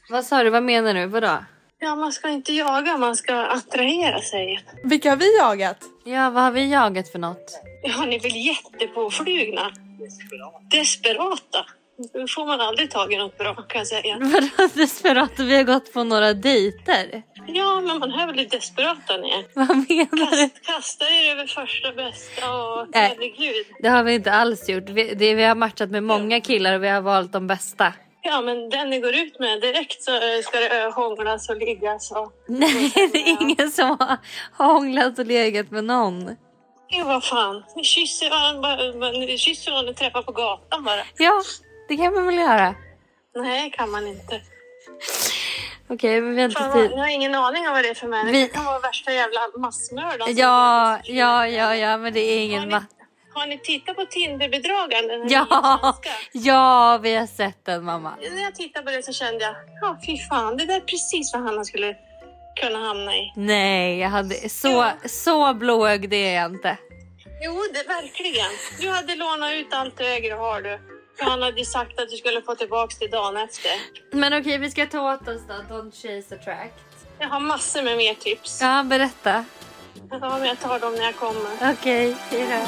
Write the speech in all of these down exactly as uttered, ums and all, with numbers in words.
Vad sa du? Vad menar du? Vadå? Ja, man ska inte jaga, man ska attrahera sig. Vilka har vi jagat? Ja, vad har vi jagat för något? Ja, ni är väl jättepåflugna. Desperata. Då får man aldrig tag i något bra, kan jag säga. Vadå desperata? Vi har gått på några dejter. Ja, men man hör väl lite desperata ni är. Vad menar du? Kast, kasta er över första bästa och Nej. herregud. Det har vi inte alls gjort. Vi, det, vi har matchat med många killar och vi har valt de bästa. Ja, men den ni går ut med direkt så ska det hånglas och liggas. Och... Nej, det är ingen som har hånglat och legat med någon. Ja, vad fan. Ni kysser varandra, ni kysser varandra och träffar på gatan bara. Ja, det kan man väl göra. Nej, kan man inte. Okej, men vi har inte Fan, tid. jag har ingen aning om vad det är för människa. Vi- Det kan vara värsta jävla massmördaren. Ja, ja, ja, ja, men det är Har ingen... ni, Ma- har ni tittat på Tinderbedragaren? Den här ja, nya svenska? ja, vi har sett den, mamma. När jag tittade på det så kände jag, ja fy fan, det där är precis vad Hanna skulle kunna hamna i. Nej, jag hade så, Ja. så blåögd det är jag inte. Jo, det verkligen. Du hade lånat ut allt du äger och har du. För han hade ju sagt att du skulle få tillbaka till dagen efter. Men okej, vi ska ta åt oss då. Don't chase attract. Jag har massor med mer tips. Ja, berätta. Ja, men jag tar dem när jag kommer. Okej, hej då.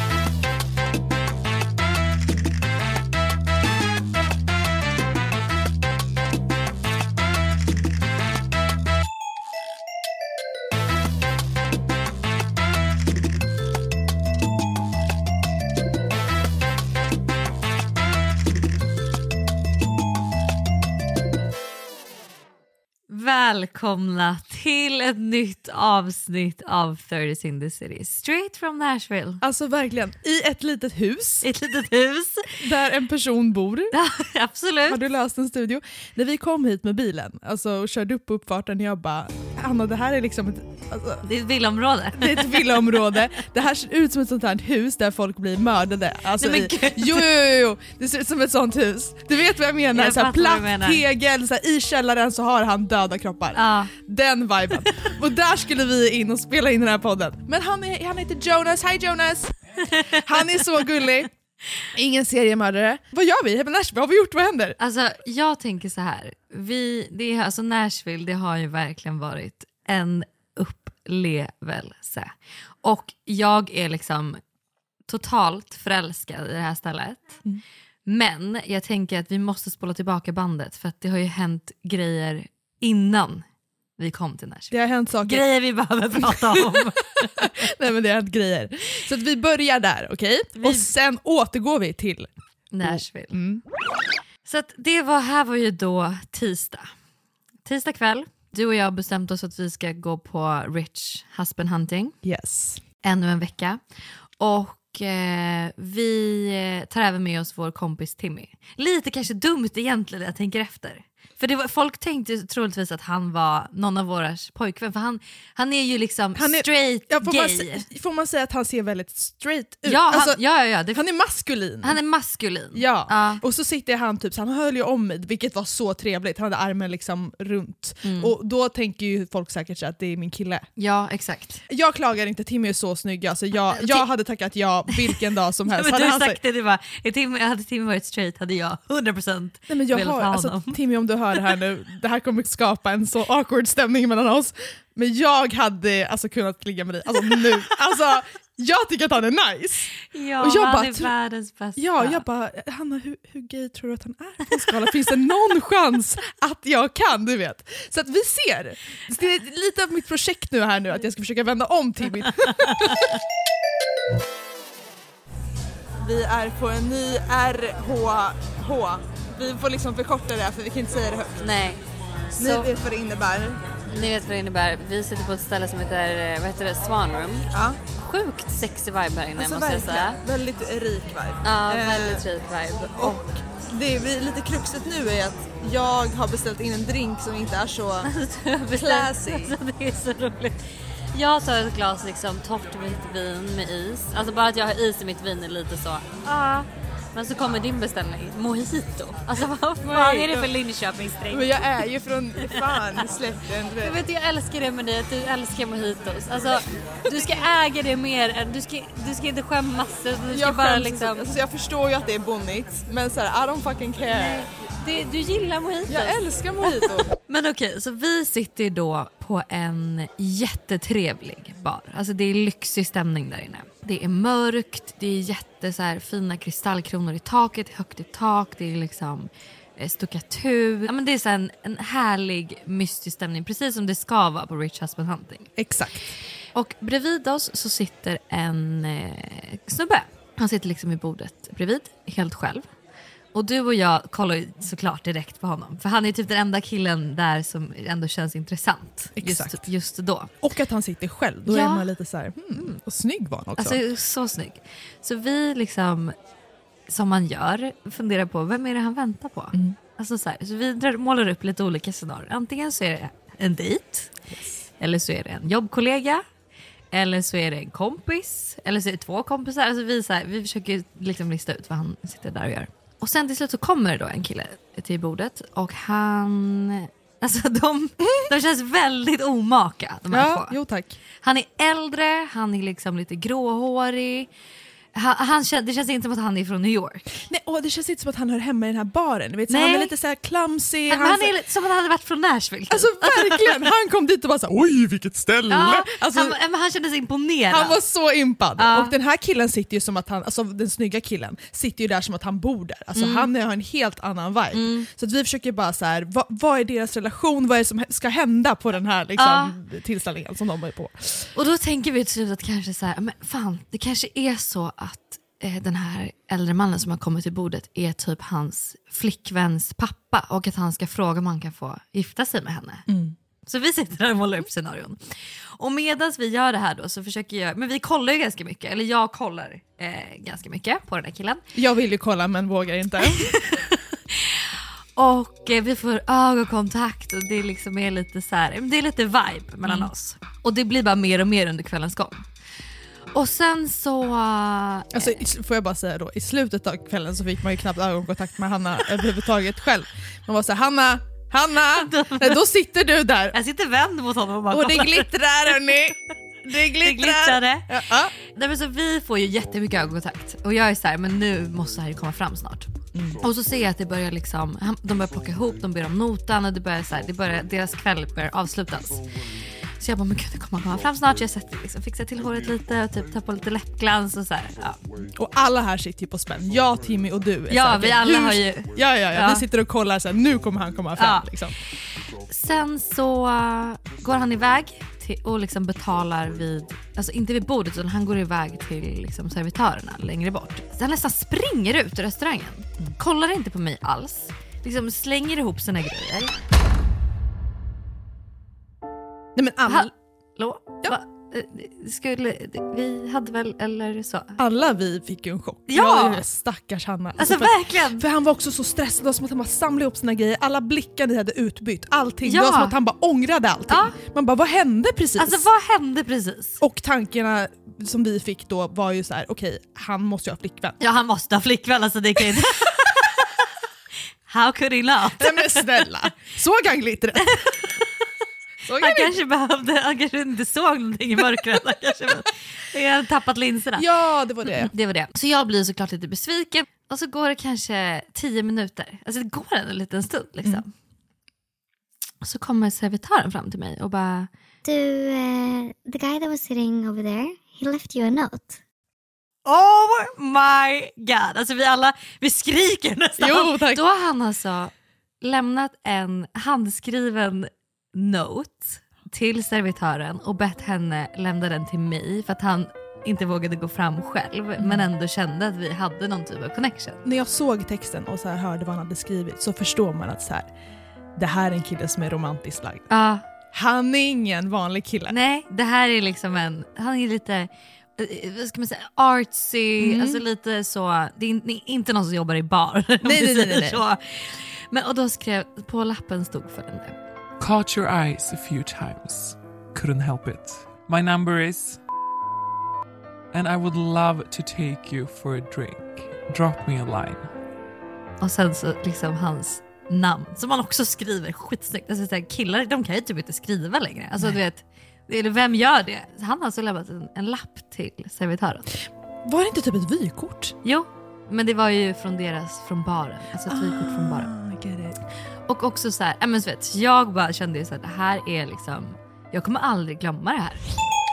Välkomna till ett nytt avsnitt av thirties in the city. Straight from Nashville. Alltså verkligen, i ett litet hus. Ett litet hus. Där en person bor. Ja, absolut. Har du löst en studio? När vi kom hit med bilen alltså, och körde upp på uppfarten, jag bara, Anna, det här är liksom ett, alltså, det är ett villaområde. det är ett villaområde. Det här ser ut som ett sånt här hus där folk blir mördade. Alltså, Nej, men i, jo, jo, jo, det ser ut som ett sånt hus. Du vet vad jag menar? Jag så här, fattar vad platt du menar. tegel, så här, i källaren så har han döda kroppar. Ja. Den viben. Och där skulle vi in och spela in den här podden. Men han, är, han heter Jonas. Hej Jonas! Han är så gullig. Ingen seriemördare. Vad gör vi? Nashville, vad har vi gjort? Vad händer? Alltså, jag tänker så här. Vi, det är, alltså Nashville, det har ju verkligen varit en upplevelse. Och jag är liksom totalt förälskad i det här stället. Mm. Men jag tänker att vi måste spola tillbaka bandet. För att det har ju hänt grejer innan vi kom till Nashville. Det har hänt saker. Grejer vi behöver prata om. Nej, men det har hänt grejer. Så att vi börjar där, okej? Okay? Vi... Och sen återgår vi till Nashville. Mm. Så att det var, här var ju då tisdag. Tisdag kväll. Du och jag har bestämt oss att vi ska gå på Rich Husband Hunting. Yes. Ännu en vecka. Och eh, vi tar även med oss vår kompis Timmy. Lite kanske dumt egentligen, jag tänker efter. För det var, folk tänkte troligtvis att han var någon av våra pojkvän. För han, han är ju liksom han är, straight ja, får gay. Man, får man säga att han ser väldigt straight ut? Ja, han, alltså, ja, ja, det, han är maskulin. Han är maskulin. Ja, ja. Och så sitter han typ, så han höll ju om mig, vilket var så trevligt. Han hade armen liksom runt. Mm. Och då tänker ju folk säkert så att det är min kille. Ja, exakt. Jag klagar inte, Timmy är så snygg. Alltså jag, jag hade tackat ja vilken dag som helst. Men hade du han sagt sagt det, det bara, Timmy, hade Timmy varit straight hade jag hundra procent Nej, men jag har, alltså, Timmy, om du hör det här nu, det här kommer skapa en så awkward stämning mellan oss. Men jag hade alltså kunnat ligga med dig. Alltså nu. Alltså, jag tycker att han är nice. Ja, och jag han bara, är världens bästa. Ja, jag bara, Hanna, hur, hur gay tror du att han är på skala? Finns det någon chans att jag kan, du vet? Så att vi ser. Det är lite av mitt projekt nu här nu, att jag ska försöka vända om Timmy. Vi är på en ny R H H. Vi får liksom förkorta det här, för vi kan inte säga det högt. Nej. Ni så, vet vad det innebär. Ni vet vad det innebär. Vi sitter på ett ställe som heter, vad heter det? Swan Room. Ja. Sjukt sexy vibe här inne, alltså, måste jag säga. Väldigt rik vibe. Ja, väldigt rik vibe. Och, och det är lite kruxet nu är att jag har beställt in en drink som inte är så classy. Alltså, det är så roligt. Jag tar ett glas liksom torrt vitt vin med is. Alltså bara att jag har is i mitt vin är lite så. Ah. Men så kommer din beställning, mojito. Alltså vad fan är det för Linköpingsdrink? Men jag är ju från fan släkten. Jag vet, jag älskar det med dig, att du älskar mojitos. Alltså, du ska äga det mer än, du ska, du ska inte skämmas. Du ska jag bara skäms, liksom... alltså, jag förstår ju att det är bonnigt, men så här, I don't fucking care. Nej. Det, du gillar mojito. Jag älskar mojito. Men okej, så vi sitter då på en jättetrevlig bar. Alltså det är lyxig stämning där inne. Det är mörkt, det är jätte så här, fina kristallkronor i taket, högt i tak, det är liksom stuckatur. Ja, men det är så en, en härlig mystisk stämning, precis som det ska vara på Rich Husband Hunting. Exakt. Och bredvid oss så sitter en eh, snubbe. Han sitter liksom i bordet bredvid, helt själv. Och du och jag kollar ju såklart direkt på honom. För han är typ den enda killen där som ändå känns intressant. Exakt. Just, just då. Och att han sitter själv. Då ja. är man lite så här, hmm, och snygg var han också. Alltså så snygg. Så vi liksom, som man gör, funderar på vem är det han väntar på. Mm. Alltså så, här, så vi drar, målar upp lite olika scenarier. Antingen så är det en dejt. Yes. Eller så är det en jobbkollega. Eller så är det en kompis. Eller så är det två kompisar. Alltså vi, så här, vi försöker liksom lista ut vad han sitter där och gör. Och sen till slut så kommer det då en kille till bordet. Och han... Alltså de, de känns väldigt omaka, de här ja, två. Jo tack. Han är äldre, han är liksom lite gråhårig. Han, han, det känns inte som att han är från New York. Nej, åh, det känns inte som att han hör hemma i den här baren. Du vet, så han är lite så här clumsy. Han, han, han är som att han hade varit från Nashville. Alltså verkligen, han kom dit och bara så här, oj vilket ställe. Ja, alltså, han, men han kände sig imponerad. Han var så impad. Ja. Och den här killen sitter ju som att han, alltså den snygga killen sitter ju där som att han bor där. Alltså Mm. han har en helt annan vibe. Mm. Så att vi försöker bara så här, vad, vad är deras relation? Vad är det som ska hända på den här liksom, ja. tillställningen som de är på? Och då tänker vi till slut att kanske så här, men fan, det kanske är så att den här äldre mannen som har kommit till bordet är typ hans flickväns pappa och att han ska fråga om han kan få gifta sig med henne. Mm. Så vi sitter där och målar upp scenarion. Och medan vi gör det här då så försöker jag, men vi kollar ju ganska mycket, eller jag kollar eh, ganska mycket på den här killen. Jag vill ju kolla men vågar inte. Och eh, vi får ögonkontakt och det liksom är lite så här, det är lite vibe mellan mm. oss. Och det blir bara mer och mer under kvällens gång. Och sen så... Alltså, får jag bara säga då, i slutet av kvällen så fick man ju knappt ögonkontakt med Hanna överhuvudtaget själv. Man var så här, Hanna, Hanna, då sitter du där. Jag sitter vänd mot honom och bara och det glittrar, hörni. Det glittrar. Det glittrade. Ja, ja. Nej, men så vi får ju jättemycket ögonkontakt. Och jag är så här, men nu måste det här komma fram snart. Mm. Och så ser jag att det börjar liksom, de börjar plocka ihop, de ber om notan och det börjar så här, det börjar, deras kväll börjar avslutas. Så jag bara, men gud, det kommer komma fram snart. Jag sätter, liksom, fixar till håret lite och typ tar på lite läppglans och så här, ja. Och alla här sitter ju på spänn. Jag, Timmy och du. Ja, här, vi alla hur... har ju... Ja, ja, ja, ja. Vi sitter och kollar så här, nu kommer han komma fram. Ja. Liksom. Sen så uh, går han iväg till, och liksom betalar vid, alltså inte vid bordet utan han går iväg till liksom, servitörerna längre bort. Så han nästan springer ut ur restaurangen. Mm. Kollar inte på mig alls. Liksom slänger ihop sina grejer. Nej men alla... Hallå? Ja. Va? Skulle, vi hade väl, eller så? Alla vi fick ju en chock. Ja! Jag, stackars Hanna. Alltså, alltså för, verkligen. För han var också så stressad, som att han bara samlade ihop sina grejer. Alla blickar ni hade utbytt, allting. Ja. Det var som att han bara ångrade allting. Ja. Man bara, vad hände precis? Alltså vad hände precis? Och tankarna som vi fick då var ju så här: okej, okay, han måste ju ha flickvän. Ja, han måste ha flickvän, alltså det kan inte... How could he not? Nej men snälla, såg han glittret? Han kanske behövde, han kanske inte såg någonting i mörkret. Han kanske hade tappat linserna. Ja, det var det. Det var det. Så jag blir såklart lite besviken. Och så går det kanske tio minuter. Alltså det går en liten stund liksom. Mm. Och så kommer servitören fram till mig och bara... Du, uh, the guy that was sitting over there, he left you a note. Oh my god. Alltså vi alla, vi skriker nästan. Jo, tack. Då har han alltså lämnat en handskriven note till servitören och bett henne lämna den till mig för att han inte vågade gå fram själv mm. men ändå kände att vi hade någon typ av connection. När jag såg texten och så här hörde vad han hade skrivit så förstår man att så här, det här är en kille som är romantiskt lagd. Ja. Han är ingen vanlig kille. Nej, det här är liksom en, han är lite, vad ska man säga, artsy, mm. alltså lite så, det är inte någon som jobbar i bar. Nej, nej, nej, nej. Så. Men, och då skrev, på lappen stod följande. Caught your eyes a few times. Couldn't help it. My number is... And I would love to take you for a drink. Drop me a line. Och sen så liksom hans namn, som man också skriver skitsnyggt. Alltså så här, killar, de kan ju typ inte skriva längre. Alltså du vet, eller vem gör det? Han har alltså lämnat en, en lapp till servitören. Var det inte typ ett vykort? Jo, Men det var ju från deras, från baren. Alltså ett vykort från baren. I get it. Och också så här, äh, men så vet, jag bara kände ju så här, det här är liksom, jag kommer aldrig glömma det här.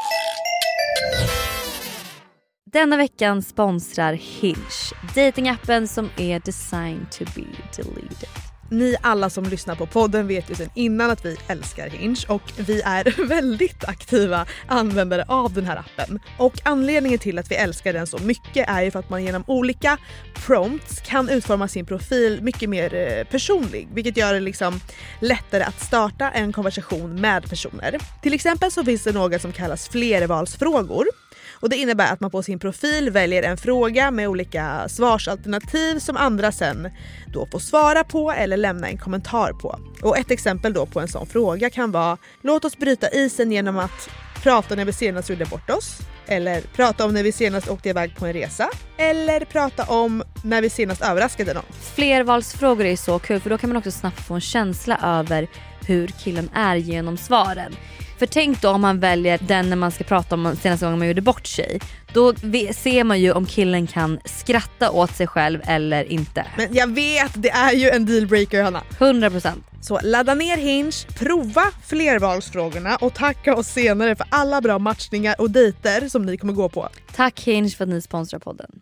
Denna veckan sponsrar Hinge, datingappen som är designed to be deleted. Ni alla som lyssnar på podden vet ju sedan innan att vi älskar Hinge och vi är väldigt aktiva användare av den här appen. Och anledningen till att vi älskar den så mycket är ju för att man genom olika prompts kan utforma sin profil mycket mer personlig, vilket gör det liksom lättare att starta en konversation med personer. Till exempel så finns det något som kallas flervalsfrågor. Och det innebär att man på sin profil väljer en fråga med olika svarsalternativ som andra sen då får svara på eller lämna en kommentar på. Och ett exempel då på en sån fråga kan vara: låt oss bryta isen genom att prata när vi senast gjorde bort oss. Eller prata om när vi senast åkte iväg på en resa. Eller prata om när vi senast överraskade någon. Flervalsfrågor är så kul för då kan man också snabbt få en känsla över hur killen är genom svaren. För tänk då om man väljer den när man ska prata om senaste gången man gjorde bort sig. Då ser man ju om killen kan skratta åt sig själv eller inte. Men jag vet, det är ju en dealbreaker, Hanna. hundra procent. Så ladda ner Hinge, prova flervalsfrågorna och tacka oss senare för alla bra matchningar och dejter som ni kommer gå på. Tack Hinge för att ni sponsrar podden.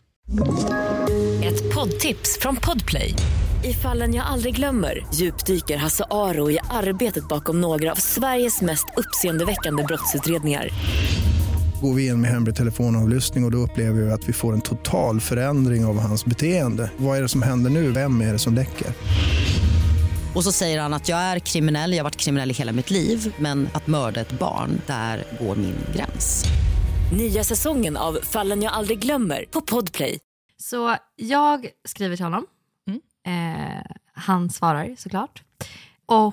Ett poddtips från Podplay. I Fallen jag aldrig glömmer djupdyker Hasse Aro i arbetet bakom några av Sveriges mest uppseendeväckande brottsutredningar. Går vi in med hemlig telefonavlyssning och då upplever vi att vi får en total förändring av hans beteende. Vad är det som händer nu? Vem är det som läcker? Och så säger han att jag är kriminell, jag har varit kriminell i hela mitt liv. Men att mörda ett barn, där går min gräns. Nya säsongen av Fallen jag aldrig glömmer på Podplay. Så jag skriver till honom. Mm. Eh, han svarar såklart. Och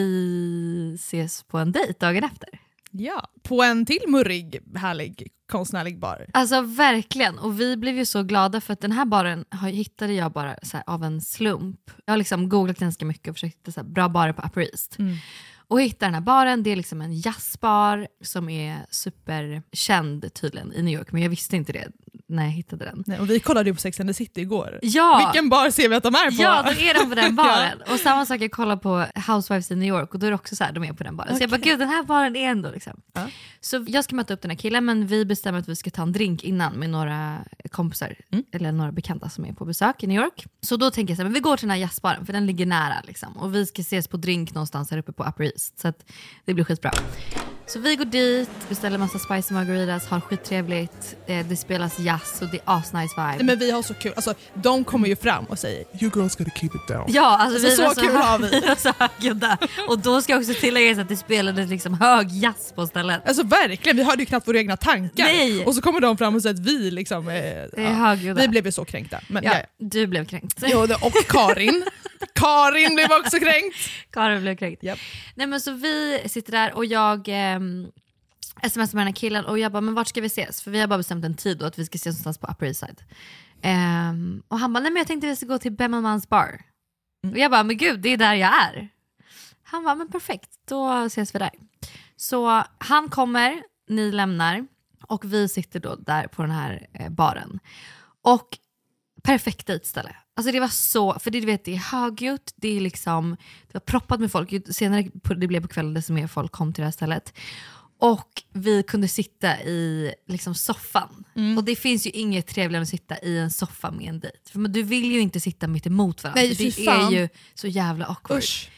vi ses på en dejt dagen efter. Ja, på en till murrig, härlig, konstnärlig bar. Alltså verkligen. Och vi blev ju så glada för att den här baren hittade jag bara så här, av en slump. Jag har liksom googlat ganska mycket och försökt hitta så här, bra barer på Upper East. Mm. Och hitta den här baren, det är liksom en jazzbar som är superkänd tydligen i New York. Men jag visste inte det när jag hittade den. Nej, och vi kollade ju på Sex and the City igår. Ja. Vilken bar ser vi att de är på? Ja, då är de på den baren. Ja. Och samma sak, jag kollar på Housewives i New York och då är det också så här, de är på den baren. Okay. Så jag bara, gud den här baren är ändå liksom. Ja. Så jag ska möta upp den här killen, men vi bestämmer att vi ska ta en drink innan med några kompisar. Mm. Eller några bekanta som är på besök i New York. Så då tänker jag så här, men vi går till den här jazzbaren för den ligger nära liksom. Och vi ska ses på drink någonstans här uppe på Upper East. Så att det blir skitbra. Så vi går dit, beställer massa spicy margaritas, har skittrevligt, eh, det spelas jazz och det är asnice vibe. Nej, men vi har så kul, alltså de kommer ju fram och säger You girls gotta keep it down. Ja, alltså, alltså vi så, var så kul har vi. så högljudda. Och då ska jag också tillägga att det spelades liksom hög jazz på stället. Alltså verkligen, vi hörde ju knappt våra egna tankar. Nej. Och så kommer de fram och säger att vi liksom eh, ja, vi blev ju så kränkta. Men, ja, ja, ja. Du blev kränkt. Jo, och Karin Karin blev också kränkt. Karin blev kränkt. Yep. Nej, men så vi sitter där och jag eh, smsar med den här killen och jag bara, men vart ska vi ses? För vi har bara bestämt en tid då att vi ska ses någonstans på Upper East Side. Eh, och han bara, nej men jag tänkte vi ska gå till Bemmelmans bar. Mm. Och jag bara, men gud det är där jag är. Han bara, men perfekt, då ses vi där. Så han kommer, ni lämnar och vi sitter då där på den här eh, baren. Och perfekt dejtställe. Alltså det var så, för det, du vet, det är högljutt, det är liksom, det var proppat med folk. Senare på, det blev på kvällen desto mer folk kom till det här stället. Och vi kunde sitta i liksom soffan. Mm. Och det finns ju inget trevligare än att sitta i en soffa med en dejt. För du vill ju inte sitta mitt emot varandra. Nej, det är ju så jävla awkward. Usch.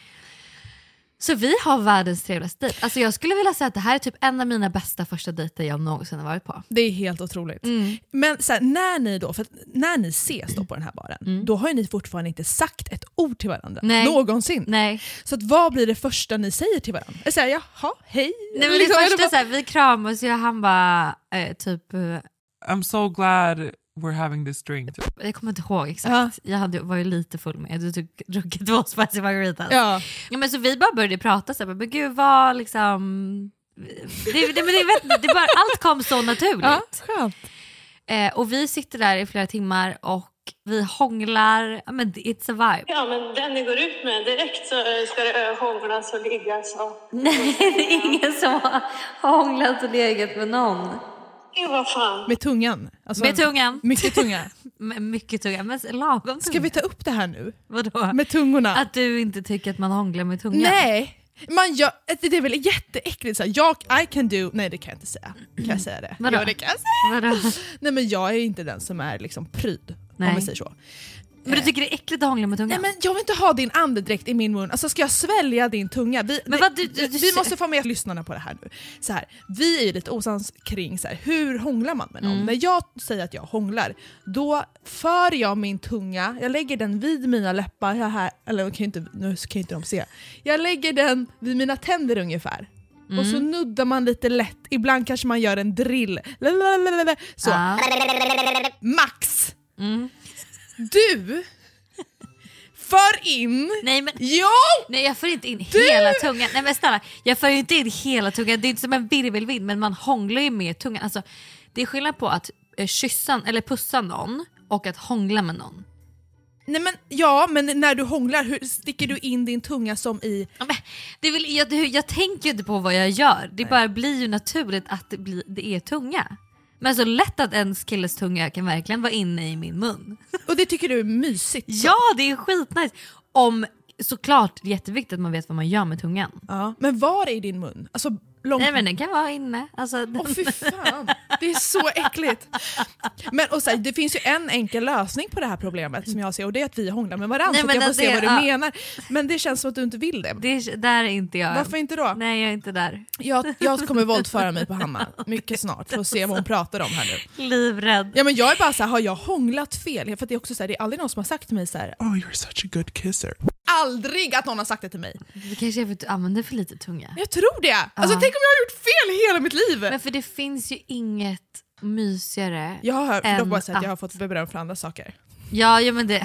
Så vi har världens trevligaste dejt. Alltså jag skulle vilja säga att det här är typ en av mina bästa första dejter jag någonsin har varit på. Det är helt otroligt. Mm. Men så här, när ni då, för när ni ses då på den här baren, mm. då har ju ni fortfarande inte sagt ett ord till varandra. Nej. Någonsin. Nej. Så att vad blir det första ni säger till varandra? Jag säger, jaha, hej. Nej, men liksom, det första bara... så här, vi kramas och han bara eh, typ... Eh, I'm so glad we're having this drink. Jag kommer inte ihåg exakt. Ja. Jag hade, var ju lite full med. Du tog druckit två spicy margaritas. Ja. Ja, men så vi bara började prata så här, men gud vad liksom det, det, men det, vet, det bara, allt kom så naturligt. Ja, skönt. Eh, och vi sitter där i flera timmar och vi hånglar. Ja, men it's a vibe. Ja, men den ni går ut med direkt så ska det hånglas och liggas. Och... Nej, det är ingen som har hånglat och legat med någon. Ja, vad fan. Med tungan. Alltså, Med tungan. Mycket tunga. Med mycket tunga, men lagom tunga. Ska vi ta upp det här nu? Vadå? Med tungorna. Att du inte tycker att man hånglar med tungan? Nej, man gör, det är väl jätteäckligt. Så här, jag, I can do... Nej, det kan jag inte säga. Kan jag säga det? Vadå? Jo, det kan jag säga. Vadå? Nej, men jag är inte den som är liksom pryd. Nej. Om vi säger så. Men du tycker det är äckligt att hångla med tungan? Nej, men jag vill inte ha din andedräkt i min mun. Alltså ska jag svälja din tunga? Vi, Men det, vad, du, du, du, vi måste få med lyssnarna på det här nu. Så här, vi är ju lite osams kring så här, hur hånglar man med någon? Mm. När jag säger att jag hånglar, då för jag min tunga, jag lägger den vid mina läppar här, eller kan inte, nu kan inte de se. Jag lägger den vid mina tänder ungefär. Mm. Och så nuddar man lite lätt. Ibland kanske man gör en drill. Lalalala. Så. Ah. Max! Mm. Du för in... Nej, men, jo! nej, jag får inte in Du! hela tungan. Nej, men snälla, jag får ju inte in hela tungan. Det är inte som en virvelvind, men man hånglar ju med tungan. Alltså, det är skillnad på att eh, kyssa eller pussa någon och att hångla med någon. Nej, men ja, men när du hånglar, hur sticker du in din tunga som i... Ja, men, det är väl, jag, jag tänker ju inte på vad jag gör. Det bara blir ju naturligt att det, blir, det är tunga. Men så lätt att ens killes tunga kan verkligen vara inne i min mun. Och det tycker du är mysigt? Så. Ja, det är skitnice. Om, såklart, det är jätteviktigt att man vet vad man gör med tungan. Ja, men var är i din mun? Alltså, långt... Nej, men den kan vara inne. Alltså, den... Åh, fy fan, det är så äckligt. Men och så här, det finns ju en enkel lösning på det här problemet som jag ser, och det är att vi hånglar med varandra. Nej, så men att jag får alltså, se vad du ja. menar. Men det känns som att du inte vill det. det är, där är inte jag. Varför inte då? Nej, jag är inte där. Jag, jag kommer våldföra mig på Hanna mycket snart för att se vad hon pratar om här nu. Livrädd. Ja, men jag är bara så här, har jag hånglat fel? För det är också så här, det är aldrig någon som har sagt till mig så här. Oh, you're such a good kisser. Aldrig att någon har sagt det till mig. Det kanske är för att du använder för lite tunga. Jag tror det. Alltså Ja. tänk om jag har gjort fel i hela mitt liv. Men för det finns ju inget mysigare. Jag har hört, än bara att jag har att- fått beröm för andra saker. Ja, ja men det...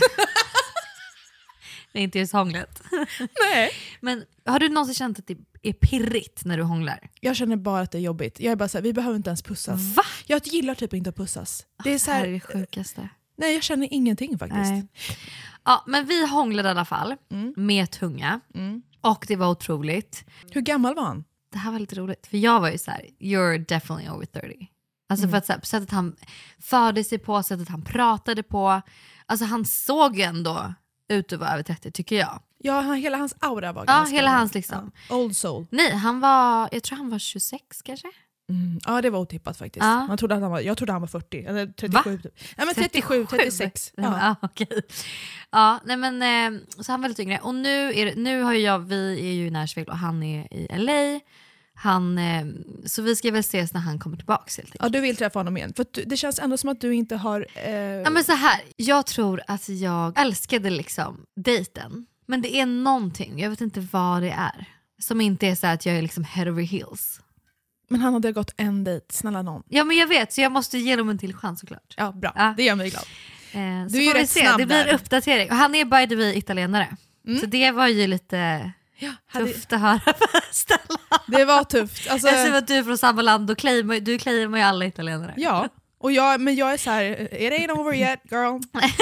det är inte just hånglet. Nej. Men har du någonsin känt att det är pirrigt när du hånglar? Jag känner bara att det är jobbigt. Jag är bara så här, vi behöver inte ens pussas. Va? Jag gillar typ inte att pussas. Det är så Det här är här, det sjukaste. nej, jag känner ingenting faktiskt. Nej. Ja, men vi hånglade i alla fall Mm. med tunga. Mm. Och det var otroligt. Hur gammal var han? Det här var lite roligt. För jag var ju så här: you're definitely over thirty. Alltså Mm. för att så här, på sättet han förde sig på, sättet han pratade på. Alltså han såg ju ändå ut att vara över trettio tycker jag. Ja, han, hela hans aura var Ja, ganska... hela hans liksom. Ja, old soul. Nej, han var, jag tror han var tjugosex kanske. Mm. Ja, det var otippat faktiskt. Ja. Man trodde att han var, jag trodde han var fyrtio, eller trettiosju. Typ. Nej, men trettiosju, trettiosex. Ja, Ja. ja okej. Ja, nej men eh, så han var lite yngre. Och nu, är det, nu har ju jag, vi är ju i Nashville och han är i L A. Han, eh, så vi ska väl ses när han kommer tillbaka helt enkelt. Ja, du vill träffa honom igen. För att du, det känns ändå som att du inte har... Eh... Ja, men så här, jag tror att jag älskade liksom dejten. Men det är någonting, jag vet inte vad det är. Som inte är så här att jag är liksom head over heels. Men han hade gått en dejt, snälla någon. Ja men jag vet, så jag måste ge dem en till chans såklart. Ja, bra. Ja. Det gör mig glad. Eh, så Du är ju får vi rätt se, snabb det blir där. en uppdatering. Och han är by the way italienare. Mm. Så det var ju lite Ja, hade... tufft att höra Stella. Det var tufft. Alltså... Jag ser att du är från samma land, och claimar, du claimar ju alla italienare. Ja, och jag, men jag är så här, it ain't over yet girl.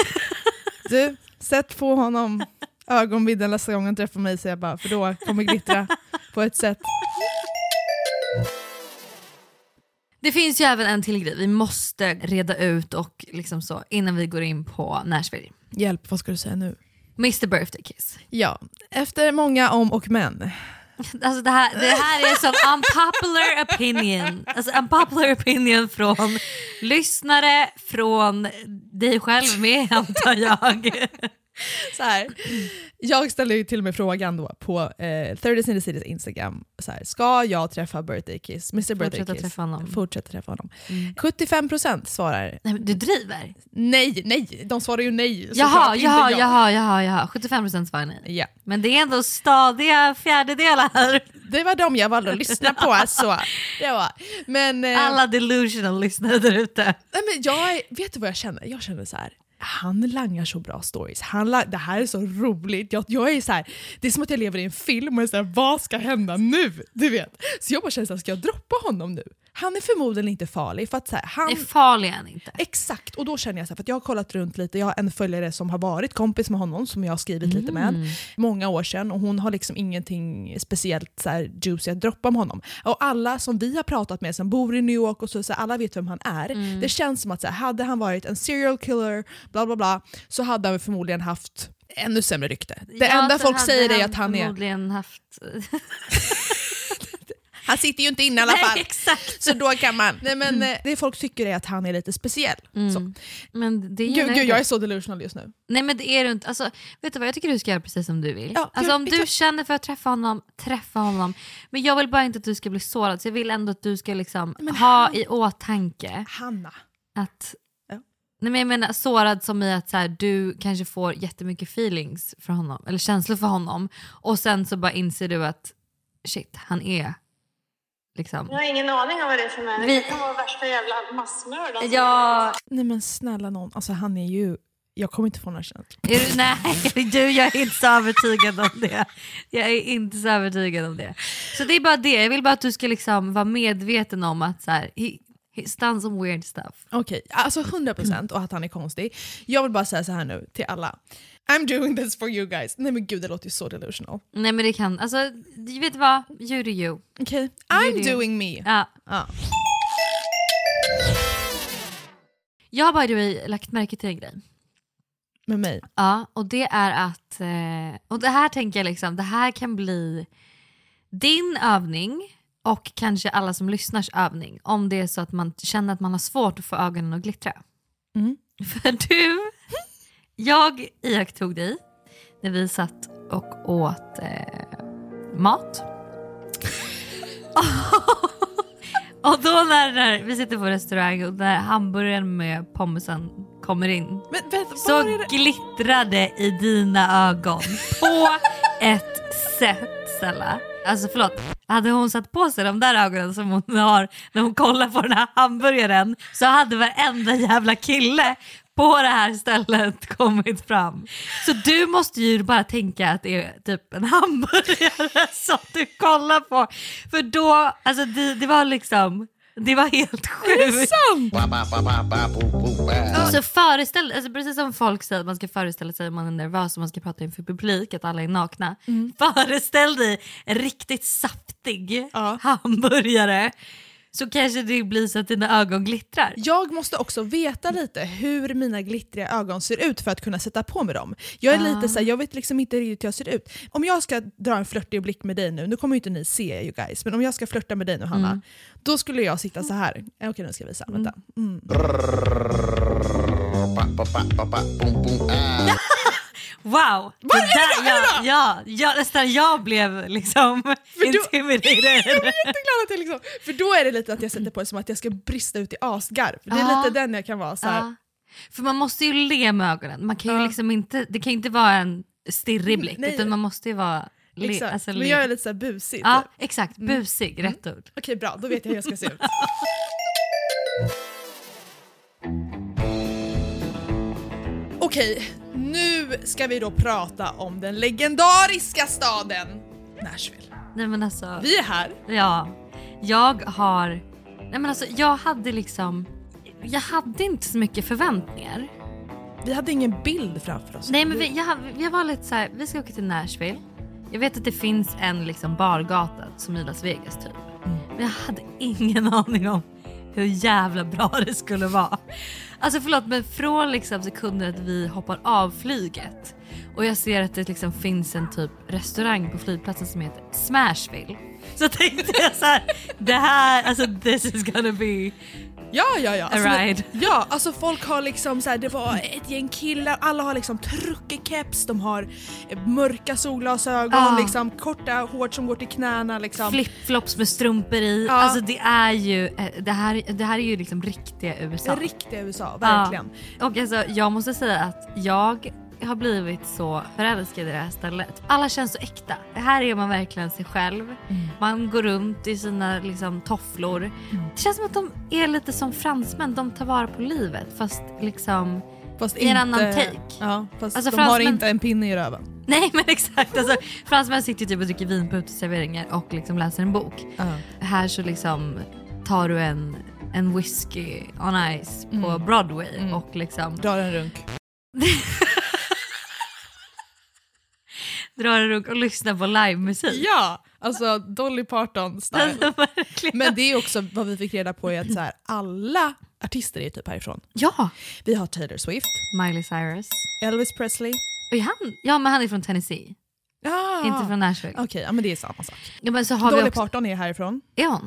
Du, sätt på honom ögonvidden nästa gång han träffar mig, så jag bara, för då kommer glittra på ett sätt. Det finns ju även en till grej vi måste reda ut och liksom så innan vi går in på Nashville. Hjälp, vad ska du säga nu? mister Birthday Kiss. Ja, efter många om och men. Alltså det här, det här är som unpopular opinion. Alltså unpopular opinion från lyssnare, från dig själv med antar jag. Så här, jag ställde ju till och med frågan då på eh, thirties in the City's Instagram. Så här, ska jag träffa Birthday Kiss? mister Birthday Fortsätta Kiss. träffa honom. Fortsätta träffa honom. Mm. sjuttiofem procent svarar Nej, men du driver? nej, nej. De svarar ju nej. Jaha, såklart, jaha, inte jag. jaha, jaha, jaha. sjuttiofem procent svarar nej. Ja. Men det är ändå stadiga fjärdedelar. Det var de jag valde att lyssna på. Alltså. Det var. Men, eh, Alla delusional lyssnare där ute. nej, men jag, vet du vad jag känner? Jag känner så här. Han langar så bra stories. Han la- det här är så roligt. Jag, jag är så här, det är som att jag lever i en film och är så här, vad ska hända nu? Du vet. Så jag bara känner så här, ska jag droppa honom nu? Han är förmodligen inte farlig. För att, så här, han... är farlig han inte. Exakt, och då känner jag så här, för att jag har kollat runt lite. Jag har en följare som har varit kompis med honom som jag har skrivit mm. lite med många år sedan. Och hon har liksom ingenting speciellt så här, juicy att droppa om honom. Och alla som vi har pratat med som bor i New York och så, så här, alla vet vem han är. Mm. Det känns som att så här, hade han varit en serial killer, bla bla bla, så hade han förmodligen haft ännu sämre rykte. Det ja, enda folk säger är att han är... förmodligen haft... Han sitter ju inte inne i alla fall. Nej, exakt. Så då kan man... Nej, men mm. det folk tycker är att han är lite speciell. Mm. Så. Men det är gud, gud, jag är så delusional just nu. Nej, men det är du inte. Alltså, vet du vad, jag tycker du ska göra precis som du vill. Ja, alltså jag, om du jag... känner för att träffa honom, träffa honom. Men jag vill bara inte att du ska bli sårad. Så jag vill ändå att du ska liksom ha han... i åtanke. Hanna. Att... Nej, men jag menar sårad som i att så här, du kanske får jättemycket feelings för honom. Eller känslor för honom. Och sen så bara inser du att shit, han är... Liksom. Jag har ingen aning om vad det är för människa. Vi... Det kan vara värsta jävla massmördaren. Ja. Nej men snälla någon, alltså han är ju... Jag kommer inte få några känslor. Är du, nej, du, jag är inte så övertygad om det. Jag är inte så övertygad om det. Så det är bara det, jag vill bara att du ska liksom vara medveten om att så här, he, he's done some weird stuff. Okej, okay, alltså hundra procent och att han är konstig. Jag vill bara säga så här nu till alla. I'm doing this for you guys. Nej men gud, det låter ju så delusional. Nej men det kan, alltså, vet du vad? You do you. Okej, okay. I'm you doing me. Ja. ja. Jag har by the way lagt märke till en grej. Med mig? Ja, och det är att, och det här tänker jag liksom, det här kan bli din övning och kanske alla som lyssnars övning. Om det är så att man känner att man har svårt att få ögonen att glittra. Mm. För du... Jag iakttog dig när vi satt och åt eh, mat. Och då när, när vi sitter på restaurang och när hamburgaren med pommesen kommer in, men, vänta, så glittrade i dina ögon på ett sätt, Stella. Alltså förlåt, hade hon satt på sig de där ögonen som hon har när hon kollar på den här hamburgaren, så hade varenda jävla kille på det här stället kommit fram. Så du måste ju bara tänka att det är typ en hamburgare som du kollar på. För då, alltså det, det var liksom, det var helt sjukt. Är det sant? Så föreställ, alltså precis som folk säger att man ska föreställa sig att man är nervös och man ska prata inför publik, att alla är nakna. Mm. Föreställ dig en riktigt saftig ja. hamburgare. Så kanske det blir så att dina ögon glittrar. Jag måste också veta lite hur mina glittriga ögon ser ut för att kunna sätta på mig dem. Jag är ah. lite så här, jag vet liksom inte riktigt hur jag ser ut. Om jag ska dra en flörtig blick med dig nu, nu kommer ju inte ni se you guys, men om jag ska flörta med dig nu Hanna, mm. då skulle jag sitta så här. Okej, okay, nu ska jag visa. Mm. Vänta. Mm. Wow, det där, jag, ja, ja, ja, nästan jag blev liksom intimiderad. Jag är jätteglad att jag liksom, för då är det lite att jag sätter på det som att jag ska brista ut i asgarv. Det är ah. lite den jag kan vara så här. Ah. För man måste ju le med ögonen. Man kan ju ah. liksom inte, det kan inte vara en stirrig blick, nej. Utan man måste ju vara le, exakt. Alltså, men jag är lite så här busig. Ja, typ. Exakt, busig, mm. rätt ord. Okej, okay, bra, då vet jag hur jag ska se ut. Okej, okay, nu ska vi då prata om den legendariska staden Nashville. Nej men alltså, vi är här. Ja, jag har, nej men alltså jag hade liksom, jag hade inte så mycket förväntningar. Vi hade ingen bild framför oss. Nej men vi, jag, jag var lite så här, vi ska åka till Nashville. Jag vet att det finns en liksom bargata som i Las Vegas typ. Mm. Men jag hade ingen aning om hur jävla bra det skulle vara. Alltså förlåt, men från liksom sekunden att vi hoppar av flyget och jag ser att det liksom finns en typ restaurang på flygplatsen som heter Smashville, så tänkte jag så här: det här, alltså this is gonna be ja, ja, ja. Alltså, ride. Ja, alltså folk har liksom så här, det var ett gäng killar, alla har liksom truckerkeps, de har mörka solglasögon, ah. liksom korta hår som går till knäna liksom. Flipflops med strumpor i. Ah. Alltså det är ju det här, det här är ju liksom riktiga U S A. Riktiga U S A, verkligen. Ah. Och alltså jag måste säga att jag har blivit så förälskad i det här stället. Alla känns så äkta. Här är man verkligen sig själv. Mm. Man går runt i sina liksom tofflor. Mm. Det känns som att de är lite som fransmän. De tar vara på livet fast liksom fast i en inte, annan take. Ja, fast alltså, de fransmän, har inte en pinne i röven. Nej men exakt. Alltså, fransmän sitter typ och dricker vin på uteserveringar och liksom läser en bok. Uh. Här så liksom tar du en, en whisky on ice på Mm. Broadway Mm. och liksom Drar en runk. drar en runk och lyssnar på livemusik. Ja, alltså Dolly Parton style. Alltså, verkligen. Men det är också vad vi fick reda på är att så här, alla artister är typ härifrån. Ja, Vi har Taylor Swift, Miley Cyrus. Elvis Presley. Och är han, ja, men han är från Tennessee, Ah, inte från Nashville. Okej, ja, men det är samma sak. Ja, men så har vi Dolly också, Parton är härifrån. är hon?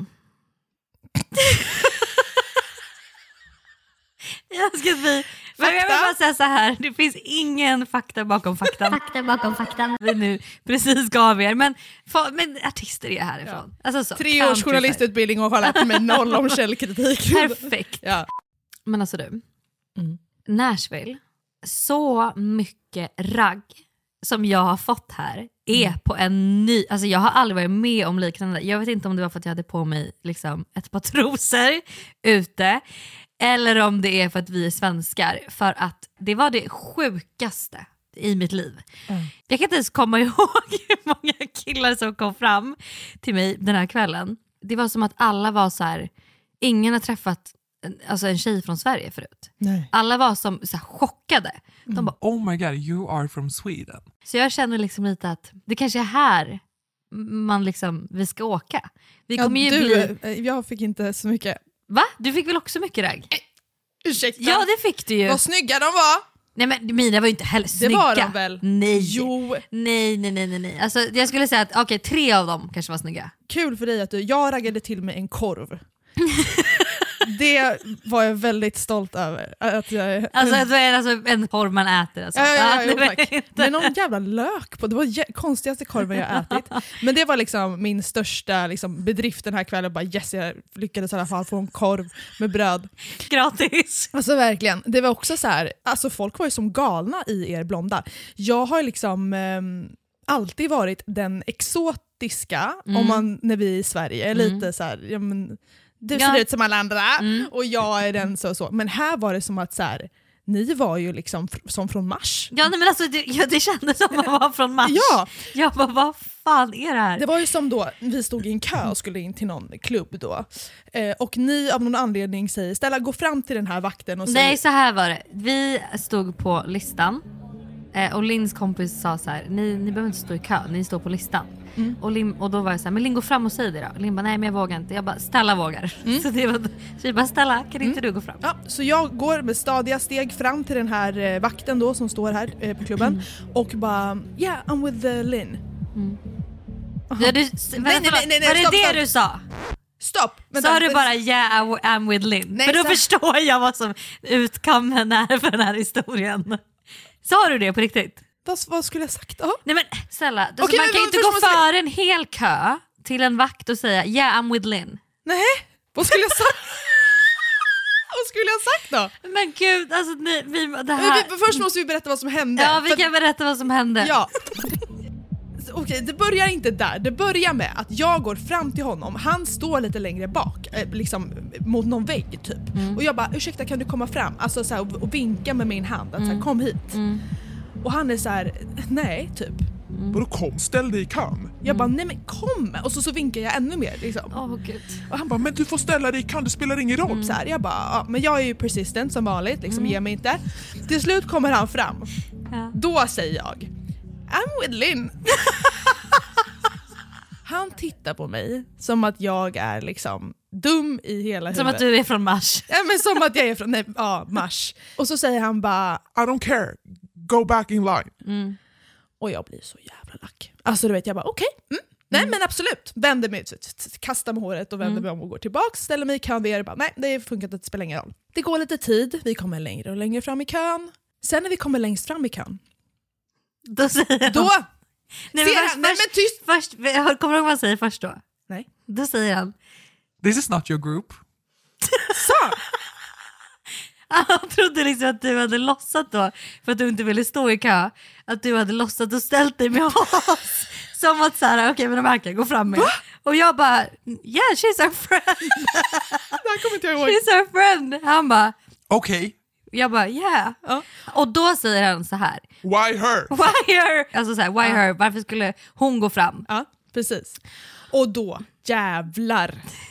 Jag ska vi, men jag vill bara säga så här, det finns ingen fakta bakom faktan. Fakta bakom faktan. Vi nu precis gav er, men, fa- men artister är härifrån. Alltså så, Tre års countryside. journalistutbildning och har lärt mig noll om källkritik. Perfekt. Ja. Men alltså du, Mm. Nashville, så mycket ragg som jag har fått här är Mm. på en ny, alltså jag har aldrig varit med om liknande. Jag vet inte om det var för att jag hade på mig liksom ett par trosor ute, eller om det är för att vi är svenskar, för att det var det sjukaste i mitt liv. Mm. Jag kan inte ens komma ihåg hur många killar som kom fram till mig den här kvällen. Det var som att alla var så här, ingen har träffat en, alltså en tjej från Sverige förut. Nej. Alla var som så här, chockade. De bara, Oh my god, you are from Sweden. så jag känner liksom lite att det kanske är här man liksom, vi ska åka. Vi Ja, kommer ju du, bli... eh, jag fick inte så mycket. Va? Du fick väl också mycket ragg? Ursäkta. Ja, det fick du ju. Vad snygga de var. Nej, men mina var ju inte heller Det snygga. var de väl? Nej. Jo. Nej, nej, nej, nej, nej. Alltså, jag skulle säga att okej, tre av dem kanske var snygga. Kul för dig att du, jag raggade till mig en korv. Det var jag väldigt stolt över. Att jag, Alltså, det är alltså en korv man äter. Alltså. Ja, ja, ja, det jo, var tack. inte- Men någon jävla lök på, det var jä- konstigaste korven jag ätit. Men det var liksom min största liksom, bedrift den här kvällen. Bara yes, jag lyckades i alla fall få en korv med bröd. Gratis. Alltså verkligen, det var också så här, alltså folk var ju som galna i er blonda. Jag har liksom ehm, alltid varit den exotiska, Mm. om man, när vi är i Sverige, Mm. lite så här, ja, men, du Ja. ser ut som alla andra Mm. och jag är den så och så. Men här var det som att så här, ni var ju liksom fr- som från Mars. Ja, nej, men alltså, det, ja, det kändes som man var från Mars. Ja. Jag bara, vad fan är det här? Det var ju som då, vi stod i en kö och skulle in till någon klubb då. Eh, och ni av någon anledning säger, Stella gå fram till den här vakten och säg, Nej, så här var det. Vi stod på listan eh, och Linns kompis sa så här: ni, ni behöver inte stå i kö, ni står på listan. Mm. Och, Lin, och då var jag så här, men Linn, gå fram och säg det då. Linn bara, nej men jag vågar inte. Jag bara, Stella vågar. Mm. Så, det var, så vi bara, Stella, kan inte du gå fram? Ja, så jag går med stadiga steg fram till den här eh, vakten då som står här eh, på klubben Mm. och bara, yeah I'm with uh, Linn. Ja, du, nej, nej, nej, nej, var det stopp, det stopp. du sa? Stopp! Vänta, Sa du vänta. bara yeah I- I'm with Linn? Nej, För då så- förstår jag vad som utkommen är för den här historien. Sa du det på riktigt? Vad, vad skulle jag sagt då? Nej men snälla, alltså, Okej, man men kan ju vad- inte gå först måste jag- före en hel kö till en vakt och säga yeah I'm with Linn. Nej, vad skulle jag sagt? Vad skulle jag sagt då? Men gud, alltså ni, vi, det Men här... vi, först måste vi berätta vad som hände. Ja, vi För- kan berätta vad som hände. Ja. Okej, det börjar inte där. Det börjar med att jag går fram till honom. Han står lite längre bak, eh, liksom mot någon vägg typ. Mm. Och jag bara, ursäkta kan du komma fram? Alltså så här, och, och vinka med min hand att så här, kom hit. Mm. Och han är så här, nej typ. Vadå kom? Ställ dig i kön. Jag bara, nej men kom! Och så, så vinkar jag ännu mer liksom. Åh gud. Och han bara, men du får ställa dig i kön, det spelar ingen roll. Så här, jag bara, ja, men jag är ju persistent som vanligt, liksom ger mig inte. Till slut kommer han fram. Ja. Då säger jag, I'm with Linn. Han tittar på mig som att jag är liksom dum i hela Som huvudet. att du är från Mars. Ja, men som att jag är från nej, ja, Mars. Och så säger han bara, I don't care, go back in line. Mm. och jag blir så jävla lack. Alltså du vet, jag bara okej, okay, mm. nej men absolut. Vänder mig, kastar med håret och vänder Mm. mig om och går tillbaks, ställer mig i kön vid er och bara nej det funkar inte, det spelar ingen roll. Det går lite tid, vi kommer längre och längre fram i kön. Sen när vi kommer längst fram i kön, Då säger han... då Nej, ser men han, först, nej men tyst! först, först, kommer du ihåg vad han säger först då? Nej. Då säger han... This is not your group. Så! Han trodde liksom att du hade lossat då, för att du inte ville stå i kö, att du hade lossat och ställt dig med oss. Som att såhär, okej okay, men de här kan gå fram med. Och jag bara, yeah she's our friend. Det här kommer inte jag ihåg. She's our friend. Han bara, Okay. jag bara yeah. Ja. Och då säger han så här, Why her? why her? Alltså så här, why her? Varför skulle hon gå fram? Ja, precis. Och då, jävlar.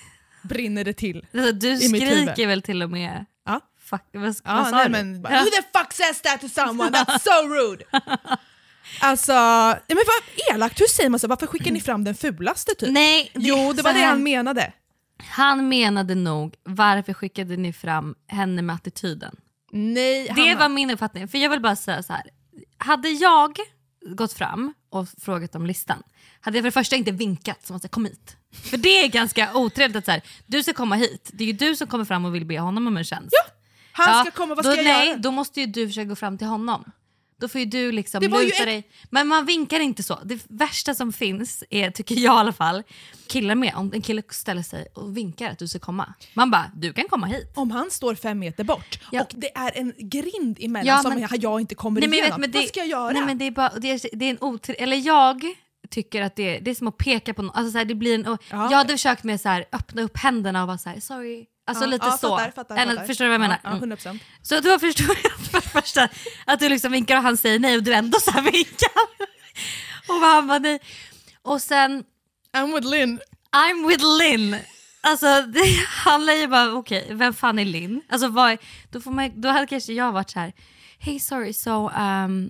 brinner det till. Alltså, du i mitt huvud. skriker väl till och med. Ja. Fuck, vad, Ja, vad sa nej, du? men, Ja. who the fuck says that to someone? That's so rude! Alltså, ja, men vad elakt, hur säger man så? Varför skickar ni fram den fulaste typ? Nej, det, Jo, det var det här, han menade. Han menade nog, varför skickade ni fram henne med attityden? Nej, Det han... var min uppfattning. För jag vill bara säga så här. Hade jag gått fram och frågat om listan, hade jag för det första inte vinkat som att säga kom hit. För det är ganska otrevligt att så här, du ska komma hit. Det är ju du som kommer fram och vill be honom om en tjänst. Ja, han Ja, ska komma, vad då, ska jag nej, göra? då måste ju du försöka gå fram till honom. Då får ju du liksom Det var ju luta ett- dig. Men man vinkar inte så. Det värsta som finns är, tycker jag i alla fall, killar med. Om en kille ställer sig och vinkar att du ska komma. Man bara, du kan komma hit. Om han står fem meter bort Ja. och det är en grind emellan Ja, som men- jag, jag inte kommer Nej, men, igenom. vet, men det, vad ska jag göra? Nej, men det är bara, det är, det är en otre... Eller jag tycker att det är, det är som att peka på något. Alltså, så här, det blir en, och Ja. jag hade försökt med så här, öppna upp händerna och vara så här, sorry. Alltså Ja, lite ja, så. fattar, fattar, Eller, fattar. förstår du vad jag menar? Ja, ja, Mm. hundra procent. Så då förstår jag för det första att du liksom vinkar och han säger nej och du ändå så här vinkar. Och han bara nej. Och sen I'm with Lynn. I'm with Lynn. Alltså det handlar ju bara okej, okay, vem fan är Lynn? Alltså vad är, då får man, då hade kanske jag varit så här, hey sorry so um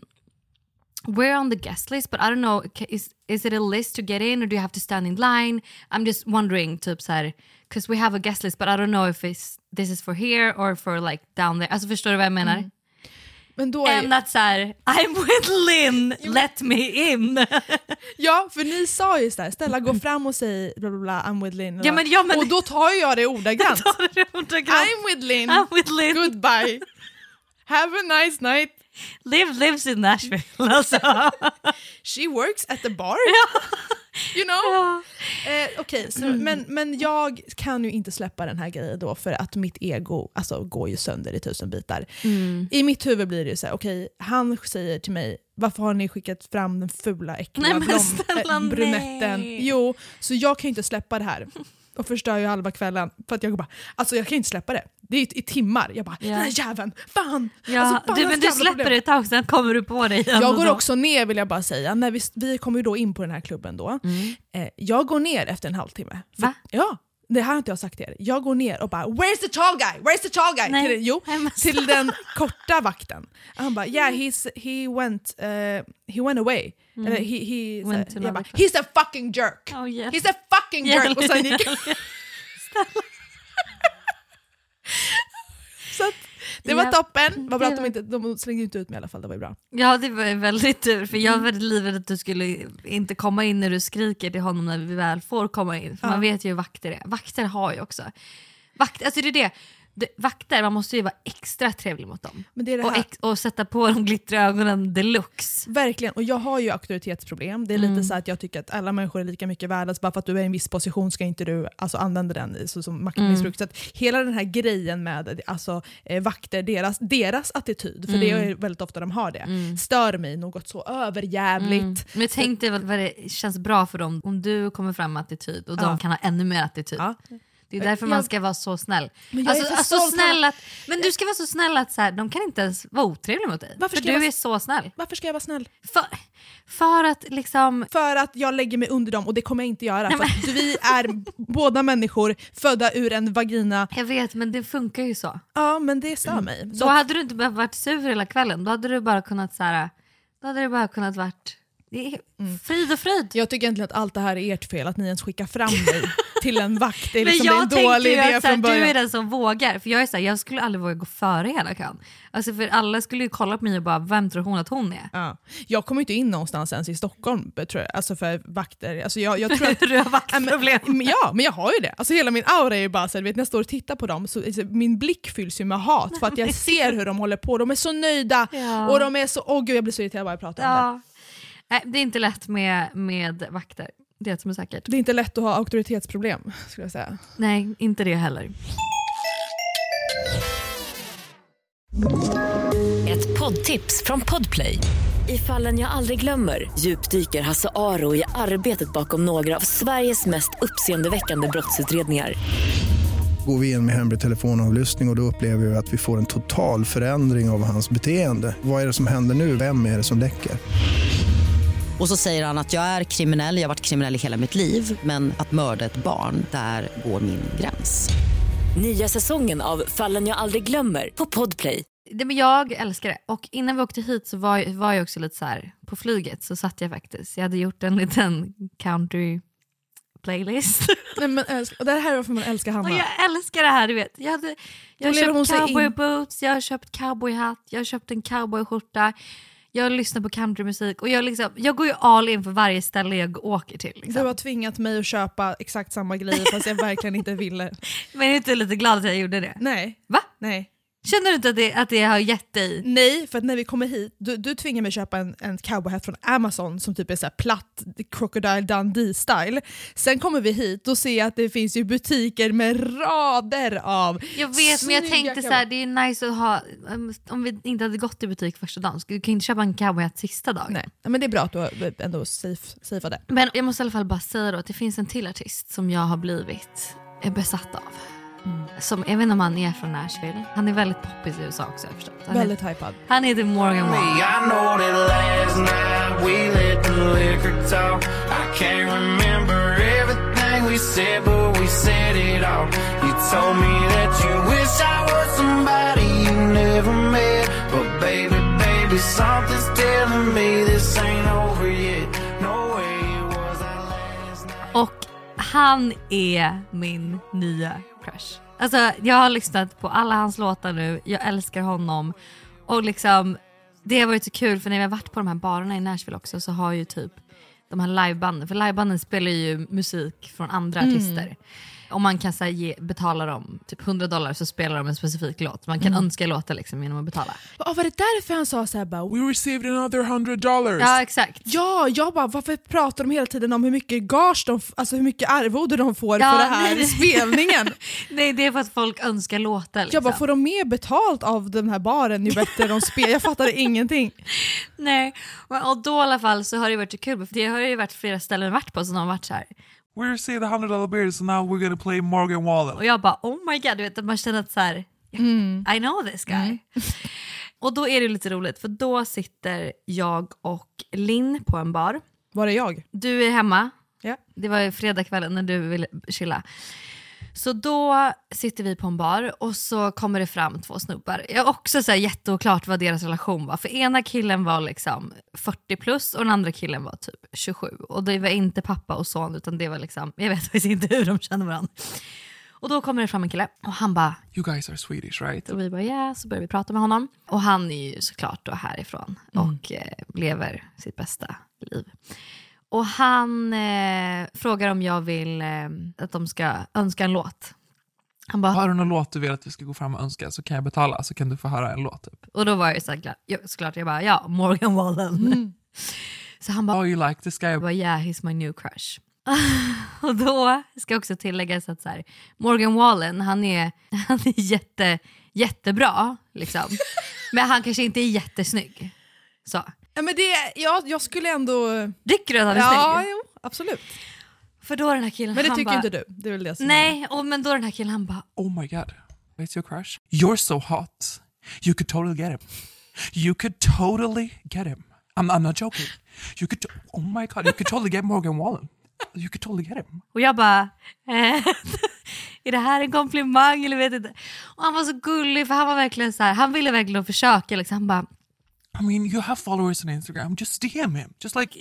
we're on the guest list but I don't know is is it a list to get in or do you have to stand in line? I'm just wondering typ så här, because we have a guest list but I don't know if it's this is for here or for like down there. Alltså förstår du vad jag menar? Mm. Men då är Än att så här, I'm with Lynn, let me in. Ja, för ni sa ju sådär, Stella gå fram och säg bla bla bla, I'm with Lynn. Ja, men, ja, men, och då tar jag det ordagrant. tar det ordagrant. I'm with Lynn. I'm with Lynn. Goodbye. Have a nice night. Liv lives in Nashville. Alltså. She works at the bar. You know? Ja. Eh, Okej, okay, mm. men, men jag kan ju inte släppa den här grejen då för att mitt ego alltså, går ju sönder i tusen bitar. Mm. I mitt huvud blir det ju så här, okej, okay, han säger till mig, varför har ni skickat fram den fula äckliga Nej, men blom, snälla, äh, brunetten? nej. Jo, så jag kan ju inte släppa det här. Och förstör ju halva kvällen för att jag bara, alltså jag kan inte släppa det. Det är i, i timmar. Jag bara, Ja. den här jäveln, fan! Ja, alltså, fan du, hans men du jävla släpper problem. det ett tag, sen kommer du på dig igen. Jag och går så. också ner vill jag bara säga. När vi, vi kommer ju då in på den här klubben då. Mm. Eh, jag går ner efter en halvtimme. För, Va? Ja, det här har inte jag sagt till er. Jag går ner och bara, where's the tall guy? Where's the tall guy? Nej. Till, jo, Nej, men till den korta vakten. Han bara, yeah he's, he, went, uh, he went away. Mm. Eller he, he, så, Went to jag bara, another he's a fucking jerk. Oh, yes. He's a fucking jerk. Och sen gick Så att, det var Ja, toppen. Vad bra det att de var- inte, de slängde inte ut mig i alla fall, det var ju bra. Ja, det var väldigt tur. För jag var väldigt livrädd att du skulle inte komma in när du skriker till honom när vi väl får komma in. För Ja. man vet ju hur vakter är. Vakter har ju också. Vakt, alltså det är det. det. Vakter, man måste ju vara extra trevlig mot dem. Men det är det Och, här. ex, och sätta på de glittriga ögonen deluxe. Verkligen, och jag har ju auktoritetsproblem. Det är Mm. lite så att jag tycker att alla människor är lika mycket värda, så bara för att du är i en viss position ska inte du alltså, använda den i- så, som maktmissbruk. Mm. Så att hela den här grejen med alltså, eh, vakter, deras, deras attityd, för det Mm. är väldigt ofta de har det, Mm. stör mig något så överjävligt. Mm. Men tänk dig vad, vad det känns bra för dem om du kommer fram med attityd och de Ja. kan ha ännu mer attityd. Ja. Det är därför Jag- man ska vara så snäll. Men jag är Alltså, för alltså stolt snäll att, men du ska vara så snäll att så här, de kan inte ens vara otrevliga mot dig. Varför för ska du jag vara- är så snäll. Varför ska jag vara snäll? För, för att liksom... För att jag lägger mig under dem, och det kommer jag inte göra. För att vi är båda människor födda ur en vagina. Jag vet, men det funkar ju så. Ja, men det stör mig. Då Så, hade du inte behövt varit sur hela kvällen. Då hade du bara kunnat så här, då hade det bara kunnat varit det är frid och fröjd. jag tycker egentligen att allt det här är ert fel, att ni ens skickar fram mig till en vakt. Det är Men liksom jag en tänkte dålig ju idé att så här, från du början. är den som vågar. För jag är så här, jag skulle aldrig våga gå före hela kön. Alltså för alla skulle ju kolla på mig och bara, vem tror hon att hon är? Ja. Jag kommer inte in någonstans ens i Stockholm tror jag, alltså för vakter. Alltså jag, jag tror att, Du har vaktproblem. men, ja, men jag har ju det. Alltså hela min aura är ju bara så här, vet, när jag står och tittar på dem så alltså, min blick fylls ju med hat för att jag ser hur de håller på. De är så nöjda Ja. och de är så, åh gud jag blir så irriterad bara jag pratar om det. Ja. Nej, det är inte lätt med, med vakter. Det är det som är säkert. Det är inte lätt att ha auktoritetsproblem skulle jag säga. Nej, inte det heller. Ett poddtips från Podplay. I Fallen jag aldrig glömmer djupdyker Hasse Aro i arbetet bakom några av Sveriges mest uppseendeväckande brottsutredningar. Går vi in med hemlig telefonavlyssning och, och då upplever vi att vi får en total förändring av hans beteende. Vad är det som händer nu? Vem är det som läcker? Och så säger han att jag är kriminell, jag har varit kriminell i hela mitt liv. Men att mörda ett barn, där går min gräns. Nya säsongen av Fallen jag aldrig glömmer på Podplay. Det, men jag älskar det. Och innan vi åkte hit så var, var jag också lite så här på flyget så satt jag faktiskt. Jag hade gjort en liten country playlist. Nej, men älskar, och det här är varför man älskar Hanna. Och jag älskar det här, du vet. Jag, hade, jag har köpt cowboy boots, jag har köpt cowboyhatt, jag har köpt en cowboyskjorta. Jag lyssnar på countrymusik och jag, liksom, jag går ju all in för varje ställe jag åker till. Liksom. Du har tvingat mig att köpa exakt samma grejer fast jag verkligen inte ville. Men är du inte lite glad att jag gjorde det? Nej. Va? Nej. Känner du inte att det, att det har gett dig? Nej, för att när vi kommer hit, du, du tvingar mig köpa en, en cowboyhatt från Amazon som typ är så här platt Crocodile Dundee-style. Sen kommer vi hit, då ser jag att det finns ju butiker med rader av Jag vet, men jag tänkte så här, det är nice att ha, om vi inte hade gått i butik första dagen, du kan inte köpa en cowboyhatt sista dagen. Nej, men det är bra att du har ändå safe, safeade. Men jag måste i alla fall bara säga då att det finns en till artist som jag har blivit besatt av. Mm. Som, jag vet inte om han är från Nashville. Han är väldigt poppis i U S A också, jag förstått. Han väldigt är, hypad. Han heter Morgan Wallen. Och han är min nya crush. Alltså jag har lyssnat på alla hans låtar nu. Jag älskar honom. Och liksom det har varit så kul för när vi har varit på de här barerna i Nashville också så har ju typ de här livebanden, för livebanden spelar ju musik från andra mm. artister. Om man kan så här, ge, betala dem typ hundra dollar så spelar de en specifik låt. Man kan mm. önska låta liksom genom att betala. Oh, var det därför han sa så här bara, we received another hundred dollars? Ja, exakt. Ja, jag bara, varför pratar de hela tiden om hur mycket gage de, alltså hur mycket arvode de får ja, för det här nej, spelningen? Nej, det är för att folk önskar låta. Liksom. Jag bara, får de mer betalt av den här baren ju bättre de spelar? Jag fattade ingenting. Nej, och då i alla fall så har det varit så kul. För det har ju varit flera ställen varit på som har varit så här. We received the hundred dollar beer, so now we're gonna play Morgan Wallen. Och jag bara, oh my god, du vet, man känner att så här, mm. I know this guy. Mm. Och då är det lite roligt, för då sitter jag och Linn på en bar. Var är jag? Du är hemma. Ja. Det var fredagskvällen när du ville chilla. Så då sitter vi på en bar och så kommer det fram två snubbar. Jag är också så här jätteoklart vad deras relation var. För ena killen var liksom fyrtio plus och den andra killen var typ tjugosju. Och det var inte pappa och son utan det var liksom, jag vet faktiskt inte hur de känner varandra. Och då kommer det fram en kille och han bara, you guys are Swedish, right? Och vi bara, ja, yeah. Så börjar vi prata med honom. Och han är ju såklart då härifrån mm. och eh, lever sitt bästa liv. Och han eh, frågar om jag vill eh, att de ska önska en låt. Han bara, har du någon låt du vill att vi ska gå fram och önska så kan jag betala så kan du få höra en låt typ. Och då var jag så här, jag, såklart jag bara, ja, Morgan Wallen. Mm. Så han bara, oh, you like this guy? Jag bara, yeah, he's my new crush. Och då ska jag också tillägga så att så här, Morgan Wallen, han är, han är jätte, jättebra liksom. Men han kanske inte är jättesnygg. Så. Ja, men det, ja, jag skulle ändå... Tycker du att han är ja, snygg? Jo, absolut. För då den här killen, men det han tycker bara, inte du. Det är väl det som nej, och, men då den här killen han bara, oh my god, it's your crush? You're so hot. You could totally get him. You could totally get him. I'm, I'm not joking. You could, oh my god, you could totally get Morgan Wallen. You could totally get him. Och jag bara, eh, är det här en komplimang eller vet inte? Och han var så gullig för han var verkligen så här, han ville verkligen försöka liksom. Han bara, I mean, you have followers on Instagram. Just D M him. Just like...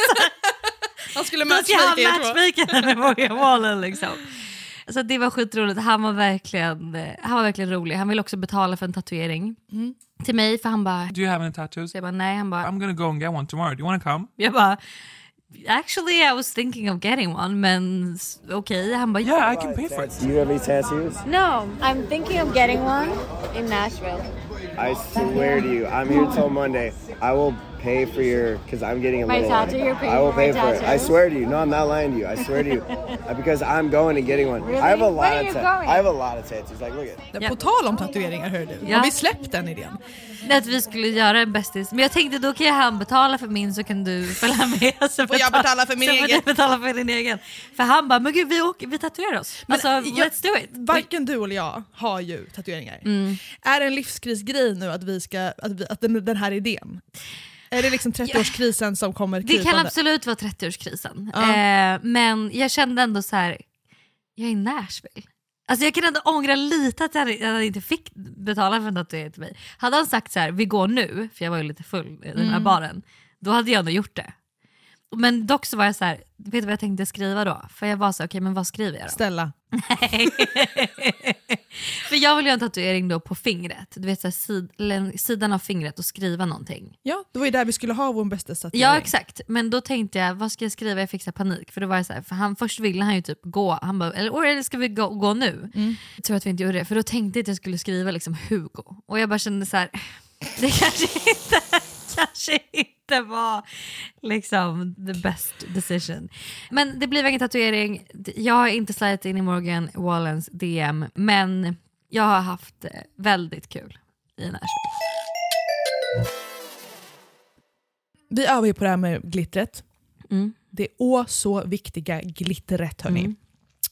Han skulle matchmaka. Han matchmaka med Morgan Wallen liksom. Så det var skitroligt. Han var verkligen, han var verkligen rolig. Han ville också betala för en tatuering. Mm. Till mig, för han bara... Do you have any tattoos? Så jag bara, nej. Han bara... I'm gonna go and get one tomorrow. Do you wanna come? Jag bara... Actually, I was thinking of getting one, men okej. Okay. Han bara... Yeah, I can pay for it. Do you have any tattoos? No, I'm thinking of getting one in Nashville. I swear to you, I'm here till Monday. I will pay for your, because I'm getting a my little... tattoo, you're paying I will for pay my for tattoo? it. I swear to you. No, I'm not lying to you. I swear to you. Because I'm going and getting one. Really? I have a lot When are of you ta- going? I have a lot of tattoos. Like, look at. Ja. På tal om tatueringar, hör du. Ja. Har vi släppt den idén? Att vi skulle göra en bästis. Men jag tänkte, då kan jag han betala för min så kan du följa med. Så och jag betalar för min så egen. Jag betala för din egen. För han bara, men gud, vi, åker, vi tatuerar oss. Men, alltså, jag, let's do it. Varken du eller jag har ju tatueringar. Mm. Är det en livskrisgrej nu att vi ska, att, vi, att den, den här idén? Är det liksom trettioårskrisen som kommer krypande? Det kan absolut vara trettioårskrisen. Ja. Eh, men jag kände ändå så här, jag är i Nashville. Alltså jag kan ändå ångra lite att jag, jag inte fick betala för en tatuering till mig. Hade han sagt så här, vi går nu, för jag var ju lite full i den här Mm. baren, då hade jag ändå gjort det. Men dock så var jag så här, vet du vad jag tänkte skriva då? För jag var så, okej okay, men vad skriver jag då? Stella. Nej. För jag vill göra en tatuering då på fingret. Du vet så här, sid, sidan av fingret och skriva någonting. Ja, det var ju där vi skulle ha vår bästa tatuering. Ja exakt, men då tänkte jag, vad ska jag skriva? Jag fick så här panik. För då var jag så här, för han, först ville han ju typ gå. Han bara, eller, eller ska vi gå, gå nu? Mm. Jag tror att vi inte gjorde det. För då tänkte jag att jag skulle skriva liksom Hugo. Och jag bara kände så här, det kanske inte, kanske inte var liksom the best decision. Men det blev ingen tatuering. Jag har inte slidat in i Morgan Wallens D M. Men jag har haft väldigt kul i Nashville. Vi övar ju på det här med glittret. Mm. Det är å så viktiga glittret, hörni. Mm.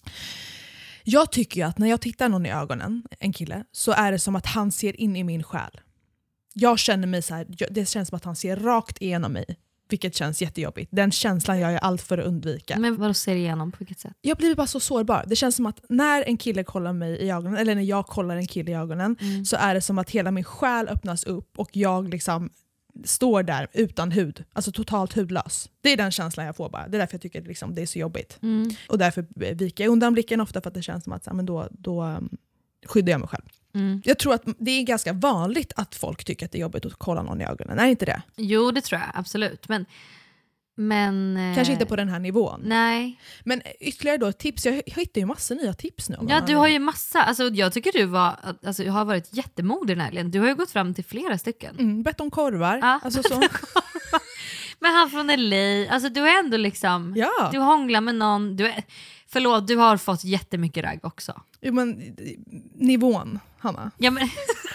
Jag tycker ju att när jag tittar någon i ögonen, en kille, så är det som att han ser in i min själ. Jag känner mig så här, det känns som att han ser rakt igenom mig. Vilket känns jättejobbigt. Den känslan gör jag allt för att undvika. Men vad ser igenom, på vilket sätt? Jag blir bara så sårbar. Det känns som att när en kille kollar mig i ögonen, eller när jag kollar en kille i ögonen, Mm. så är det som att hela min själ öppnas upp och jag liksom står där utan hud. Alltså totalt hudlös. Det är den känslan jag får bara. Det är därför jag tycker att liksom, det är så jobbigt. Mm. Och därför viker jag undan blicken ofta, för att det känns som att så här, men då, då um, skyddar jag mig själv. Mm. Jag tror att det är ganska vanligt att folk tycker att det är jobbigt att kolla någon i ögonen. Är inte det? Jo, det tror jag absolut. Men, men Kanske inte på den här nivån. Nej. Men ytterligare då tips. Jag hittar ju massa nya tips nu. Ja, du har ju massa. Alltså, jag tycker du var, alltså, jag har varit jättemodig den här helgen. Du har ju gått fram till flera stycken. Mm, bett om korvar. Ja. Alltså så. Men han från L A, alltså du är ändå liksom, Ja. du hånglar med någon, du är, förlåt, du har fått jättemycket ragg också. Jo, men nivån, Hanna. Ja, men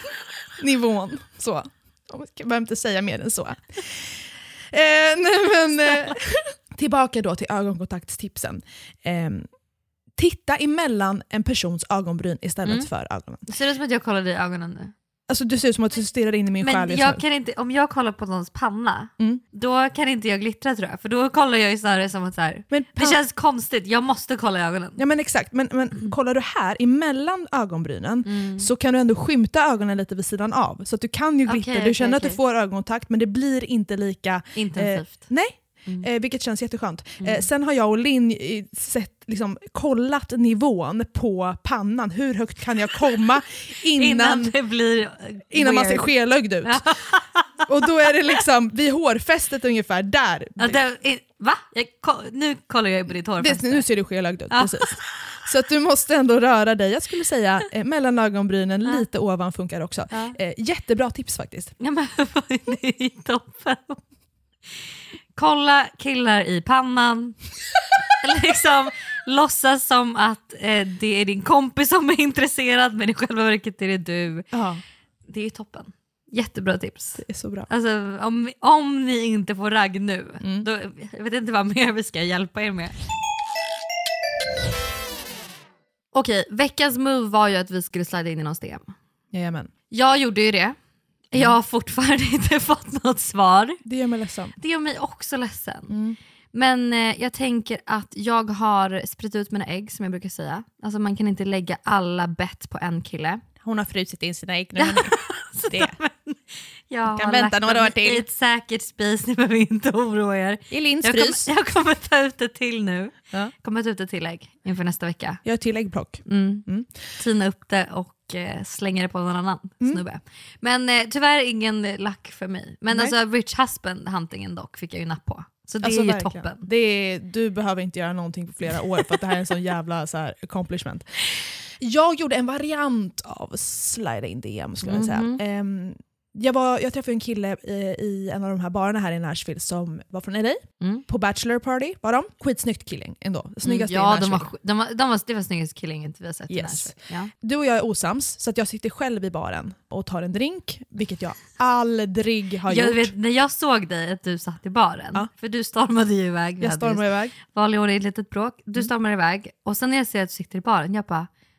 Nivån, så. Jag behöver inte säga mer än så. Eh, nej, men, eh, tillbaka då till ögonkontaktstipsen. Eh, titta emellan en persons ögonbryn istället Mm. för ögonen. Det ser ut som att jag kollar dig i ögonen nu. Alltså du ser ut som att du stirrar in i min själ Men just jag nu. kan inte, om jag kollar på någons panna, Mm. då kan inte jag glittra, tror jag. För då kollar jag ju snarare som att så här, Men det pan- känns konstigt, jag måste kolla i ögonen. Ja men exakt, men, men kollar du här emellan ögonbrynen Mm. så kan du ändå skymta ögonen lite vid sidan av. Så att du kan ju glittra, Okej, du okej, känner att okej. du får ögonkontakt, men det blir inte lika Intensivt. Eh, nej, Mm. eh, vilket känns jätteskönt. Mm. Eh, sen har jag och Linn eh, sett, liksom, kollat nivån på pannan. Hur högt kan jag komma innan, Innan det blir innan man ser weird. skelögd ut? Och då är det liksom vid hårfästet ungefär där. Ja, det, är- va? Jag, ko- nu kollar jag på ditt hårfäste. Det, nu ser du skelögd ut, Ja. precis. Så att du måste ändå röra dig. Jag skulle säga eh, mellan ögonbrynen, Ja. lite ovan funkar också. Ja. Eh, jättebra tips faktiskt. Ja, men det är toppen. Kolla killar i pannan. Eller liksom låtsas som att eh, det är din kompis som är intresserad, men i själva verket är det du. Ja, Det är toppen. Jättebra tips. det är så bra. Alltså, om, om ni inte får ragg nu, Mm. då, jag vet inte vad mer vi ska hjälpa er med. Okej, veckans move var ju att vi skulle slida in i någons D M. Jajamän. Jag gjorde ju det. Jag har fortfarande inte fått något svar. Det gör mig ledsen. Det gör mig också ledsen. Mm. Men eh, jag tänker att jag har spritt ut mina ägg, som jag brukar säga. Alltså man kan inte lägga alla bett på en kille. Hon har frusit in sina ägg nu. det. Jag Kan har vänta lagt några dem år till. i ett säkert spis, ni behöver inte oroa er. I Linns Jag frys. kommer, jag kommer ta ut ett till nu. Ja. Kommer ta ut ett tillägg inför nästa vecka. Jag har till äggplock. Mm. Mm. Tina upp det och eh, slänga det på någon annan Mm. snubbe. Men eh, tyvärr ingen lack för mig. Men Nej. alltså Rich Husband huntingen dock fick jag ju napp på. Så det Alltså, är ju verkligen. toppen. Det är, du behöver inte göra någonting på flera år för att det här är en sån jävla så här, accomplishment. Jag gjorde en variant av slida in D M skulle jag säga. Mhm. Ehm, jag, var, jag träffade en kille i, i en av de här barerna här i Nashville som var från L A. Mm. På bachelor party var de. Skitsnyggt killing ändå. Snyggaste Mm, ja, i de Nashville. var, de var, de var, det var snyggaste killinget vi har sett i Yes. Nashville. Ja. Du och jag är osams så att jag sitter själv i baren och tar en drink, vilket jag aldrig har Jag gjort. vet, när jag såg dig att du satt i baren, Ja. för du stormade ju iväg. Vi Jag hade stormar ju iväg. vanlig ordning ett litet bråk. Du stormar iväg och sen när jag ser att du sitter i baren, jag bara,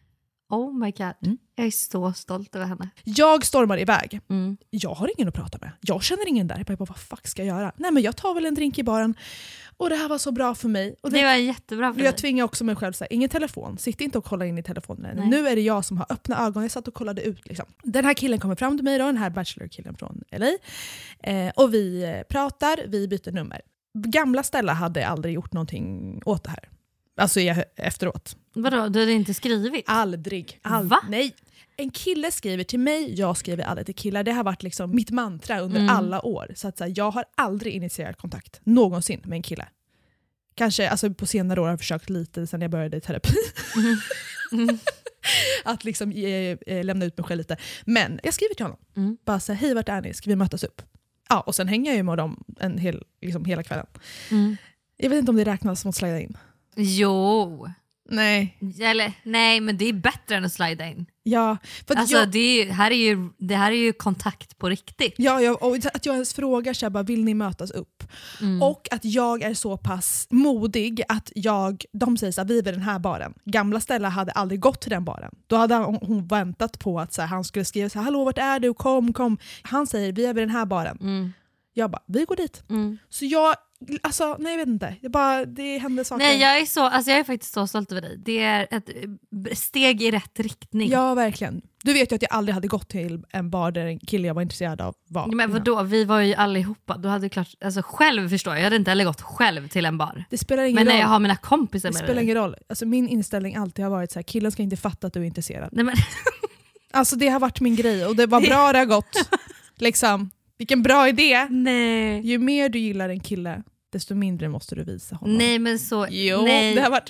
Oh my god. Mm. Jag är så stolt över henne. Jag stormar iväg. Mm. Jag har ingen att prata med. Jag känner ingen där. Jag bara, vad fuck ska jag göra? Nej, men jag tar väl en drink i baren. Och det här var så bra för mig. Och det, det var jättebra för jag dig. tvingar också mig själv så här, ingen telefon. Sitt inte och kolla in i telefonen. Nej. Nu är det jag som har öppna ögon. Jag satt och kollade ut. Liksom. Den här killen kommer fram till mig då. Den här bachelor-killen från L A. Eh, och vi eh, pratar. Vi byter nummer. Gamla Stella hade aldrig gjort någonting åt det här. Alltså jag, efteråt. Vadå? Du hade inte skrivit? Aldrig. Ald- Va? Nej. En kille skriver till mig, jag skriver aldrig till killar. Det har varit liksom mitt mantra under Mm. alla år. Så att så här, jag har aldrig initierat kontakt någonsin med en kille. Kanske alltså, på senare år har jag försökt lite sen jag började i terapi. Mm. Mm. Att liksom eh, eh, lämna ut mig själv lite. Men jag skriver till honom. Mm. Bara så här, hej vart är ni? Ska vi mötas upp? Ja, och sen hänger jag ju med dem en hel, liksom, hela kvällen. Mm. Jag vet inte om det räknas som att slida in. Jo. Nej. Eller, nej, men det är bättre än att slida in. Ja, för att Alltså jag, det, är, ju- här är ju, det här är ju kontakt på riktigt. ja, jag, och att jag ens frågar så här, bara, vill ni mötas upp? Mm. Och att jag är så pass modig att jag, de säger så här, vi är vid den här baren. Gamla Stella hade aldrig gått till den baren. Då hade hon, hon väntat på att så här, han skulle skriva så här, hallå vart är du? Kom, kom. Han säger, vi är vid den här baren. Mm. Jag bara, vi går dit. Mm. Så jag, alltså nej jag vet inte. Jag bara, det händer saker. Nej, jag är, så, alltså jag är faktiskt så stolt över dig. Det är ett eh, steg i rätt riktning. Ja, verkligen. Du vet ju att jag aldrig hade gått till en bar där en kille jag var intresserad av var. Men vadå, vi var ju allihopa. Du hade klart, alltså själv förstår jag, jag hade inte heller gått själv till en bar. Det spelar ingen Men roll. när jag har mina kompisar Det med spelar dig. ingen roll. Alltså, min inställning alltid har varit så här, killen ska inte fatta att du är intresserad. Nej, men... Alltså det har varit min grej och det var bra det har gått. Liksom, vilken bra idé. Nej. Ju mer du gillar en kille, desto mindre måste du visa honom. Nej men så... Jo, nej. det har varit...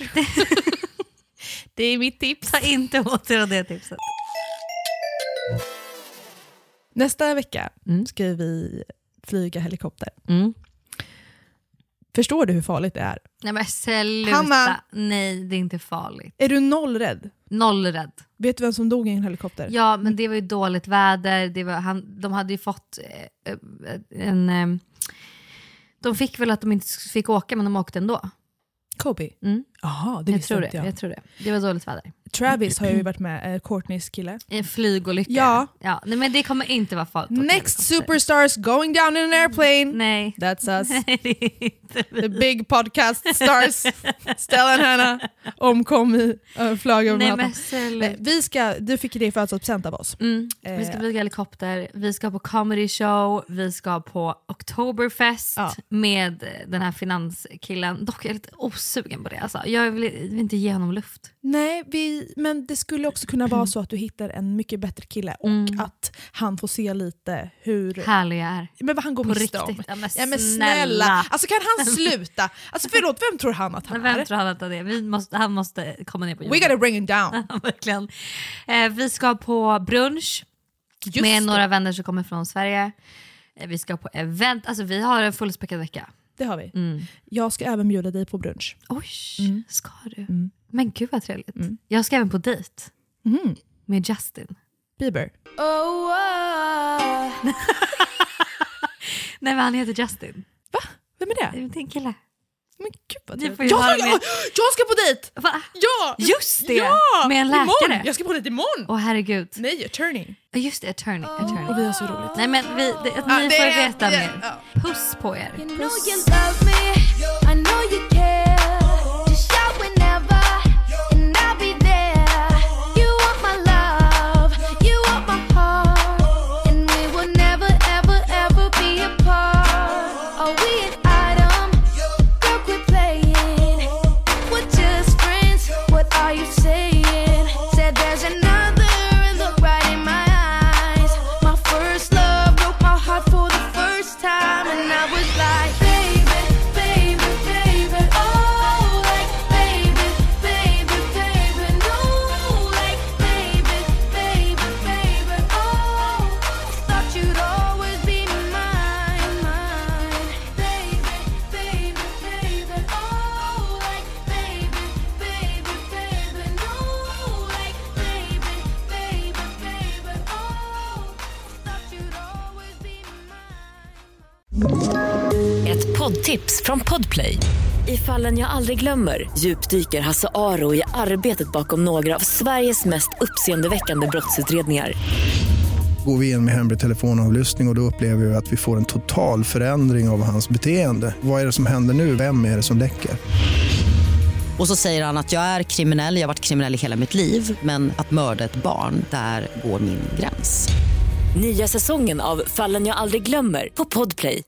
det är mitt tips. Ta inte åt det tipset. Nästa vecka Mm. ska vi flyga helikopter. Mm. Förstår du hur farligt det är? Nej men sluta. Hanna. Nej, det är inte farligt. Är du nollrädd? Nollrädd. Vet du vem som dog i en helikopter? Ja, men det var ju dåligt väder. Det var, han, de hade ju fått eh, en... Eh, de fick väl att de inte fick åka, men de åkte ändå. Kobe? Mm. Jaha, det jag visste tror inte det, jag. jag tror det. Det var dåligt väder. Travis har ju varit med, eh, Courtneys kille. En flygolycka. Ja. ja. Nej, men det kommer inte vara farligt. att åka Next helikopter. superstars going down in an airplane. Nej. That's us. Nej, det är inte vi. The big podcast stars. Stella och Hanna omkom i uh, flög över Nej, Manhattan. men sluta. Nej, vi ska, du fick det i födelsedagspresent av oss. Mm. Vi Eh. ska flyga helikopter, vi ska på comedy show, vi ska på Oktoberfest Ja. med den här finanskillen. Dock är jag lite osugen på det. Alltså, jag vill, vill inte ge honom luft. Nej, vi, men det skulle också kunna vara så att du hittar en mycket bättre kille och Mm. att han får se lite hur... Härlig jag är. Men vad han går På miste om. riktigt. Ja, men Ja, men snälla. snälla. Alltså kan han sluta? Alltså förlåt, vem tror han att han Men är? vem tror han att det är? Vi måste, han måste komma ner på jorden. We gotta bring him down. Ja, verkligen. Eh, vi ska på brunch Just med det. några vänner som kommer från Sverige. Eh, vi ska på event. Alltså vi har en fullspäckad vecka. Det har vi. Mm. Jag ska även bjuda dig på brunch. Oj, Mm. ska du? Mm. Men gud vad trevligt. Mm. Jag ska även på dejt Mm. med Justin. Bieber. Nej men han heter Justin. Va? Vem är det? Det är en kille. Men gud vad Ni trevligt. får ju Jag, vara ska- med. jag, jag ska på dejt! Va? Ja! Just det! Ja! Med en läkare. Imorgon. Jag ska på dejt imorgon! Åh herregud. Nej, attorney. Ja, just det, attorney. attorney. Och vi har så roligt. Nej men vi, det, att Ja, ni det får är- veta det är- mer. ja. Puss på er. You know you love me, I know you care. Just shout whenever, and I'll be there. You want my love, you want my heart, and we will never, ever, ever be apart. Are we an item? Girl, quit playing. We're just friends. What are you saying? Said there's another look right in my eyes. My first love broke my heart for the first time, and I was like, baby, baby, baby, oh, like, baby, baby, baby, no, like, baby, baby, baby, oh, thought you'd always be mine, mine, baby, baby, baby, oh, like, baby, baby, baby, no, like, baby, baby, baby, oh, thought you'd always be mine. Ett poddtips från Podplay. I Fallen jag aldrig glömmer djupdyker Hasse Aro i arbetet bakom några av Sveriges mest uppseendeväckande brottsutredningar. Går vi in med hemlig telefonavlyssning och, och då upplever vi att vi får en total förändring av hans beteende. Vad är det som händer nu? Vem är det som läcker? Och så säger han att jag är kriminell, jag har varit kriminell i hela mitt liv. Men att mörda ett barn, där går min gräns. Nya säsongen av Fallen jag aldrig glömmer på Podplay.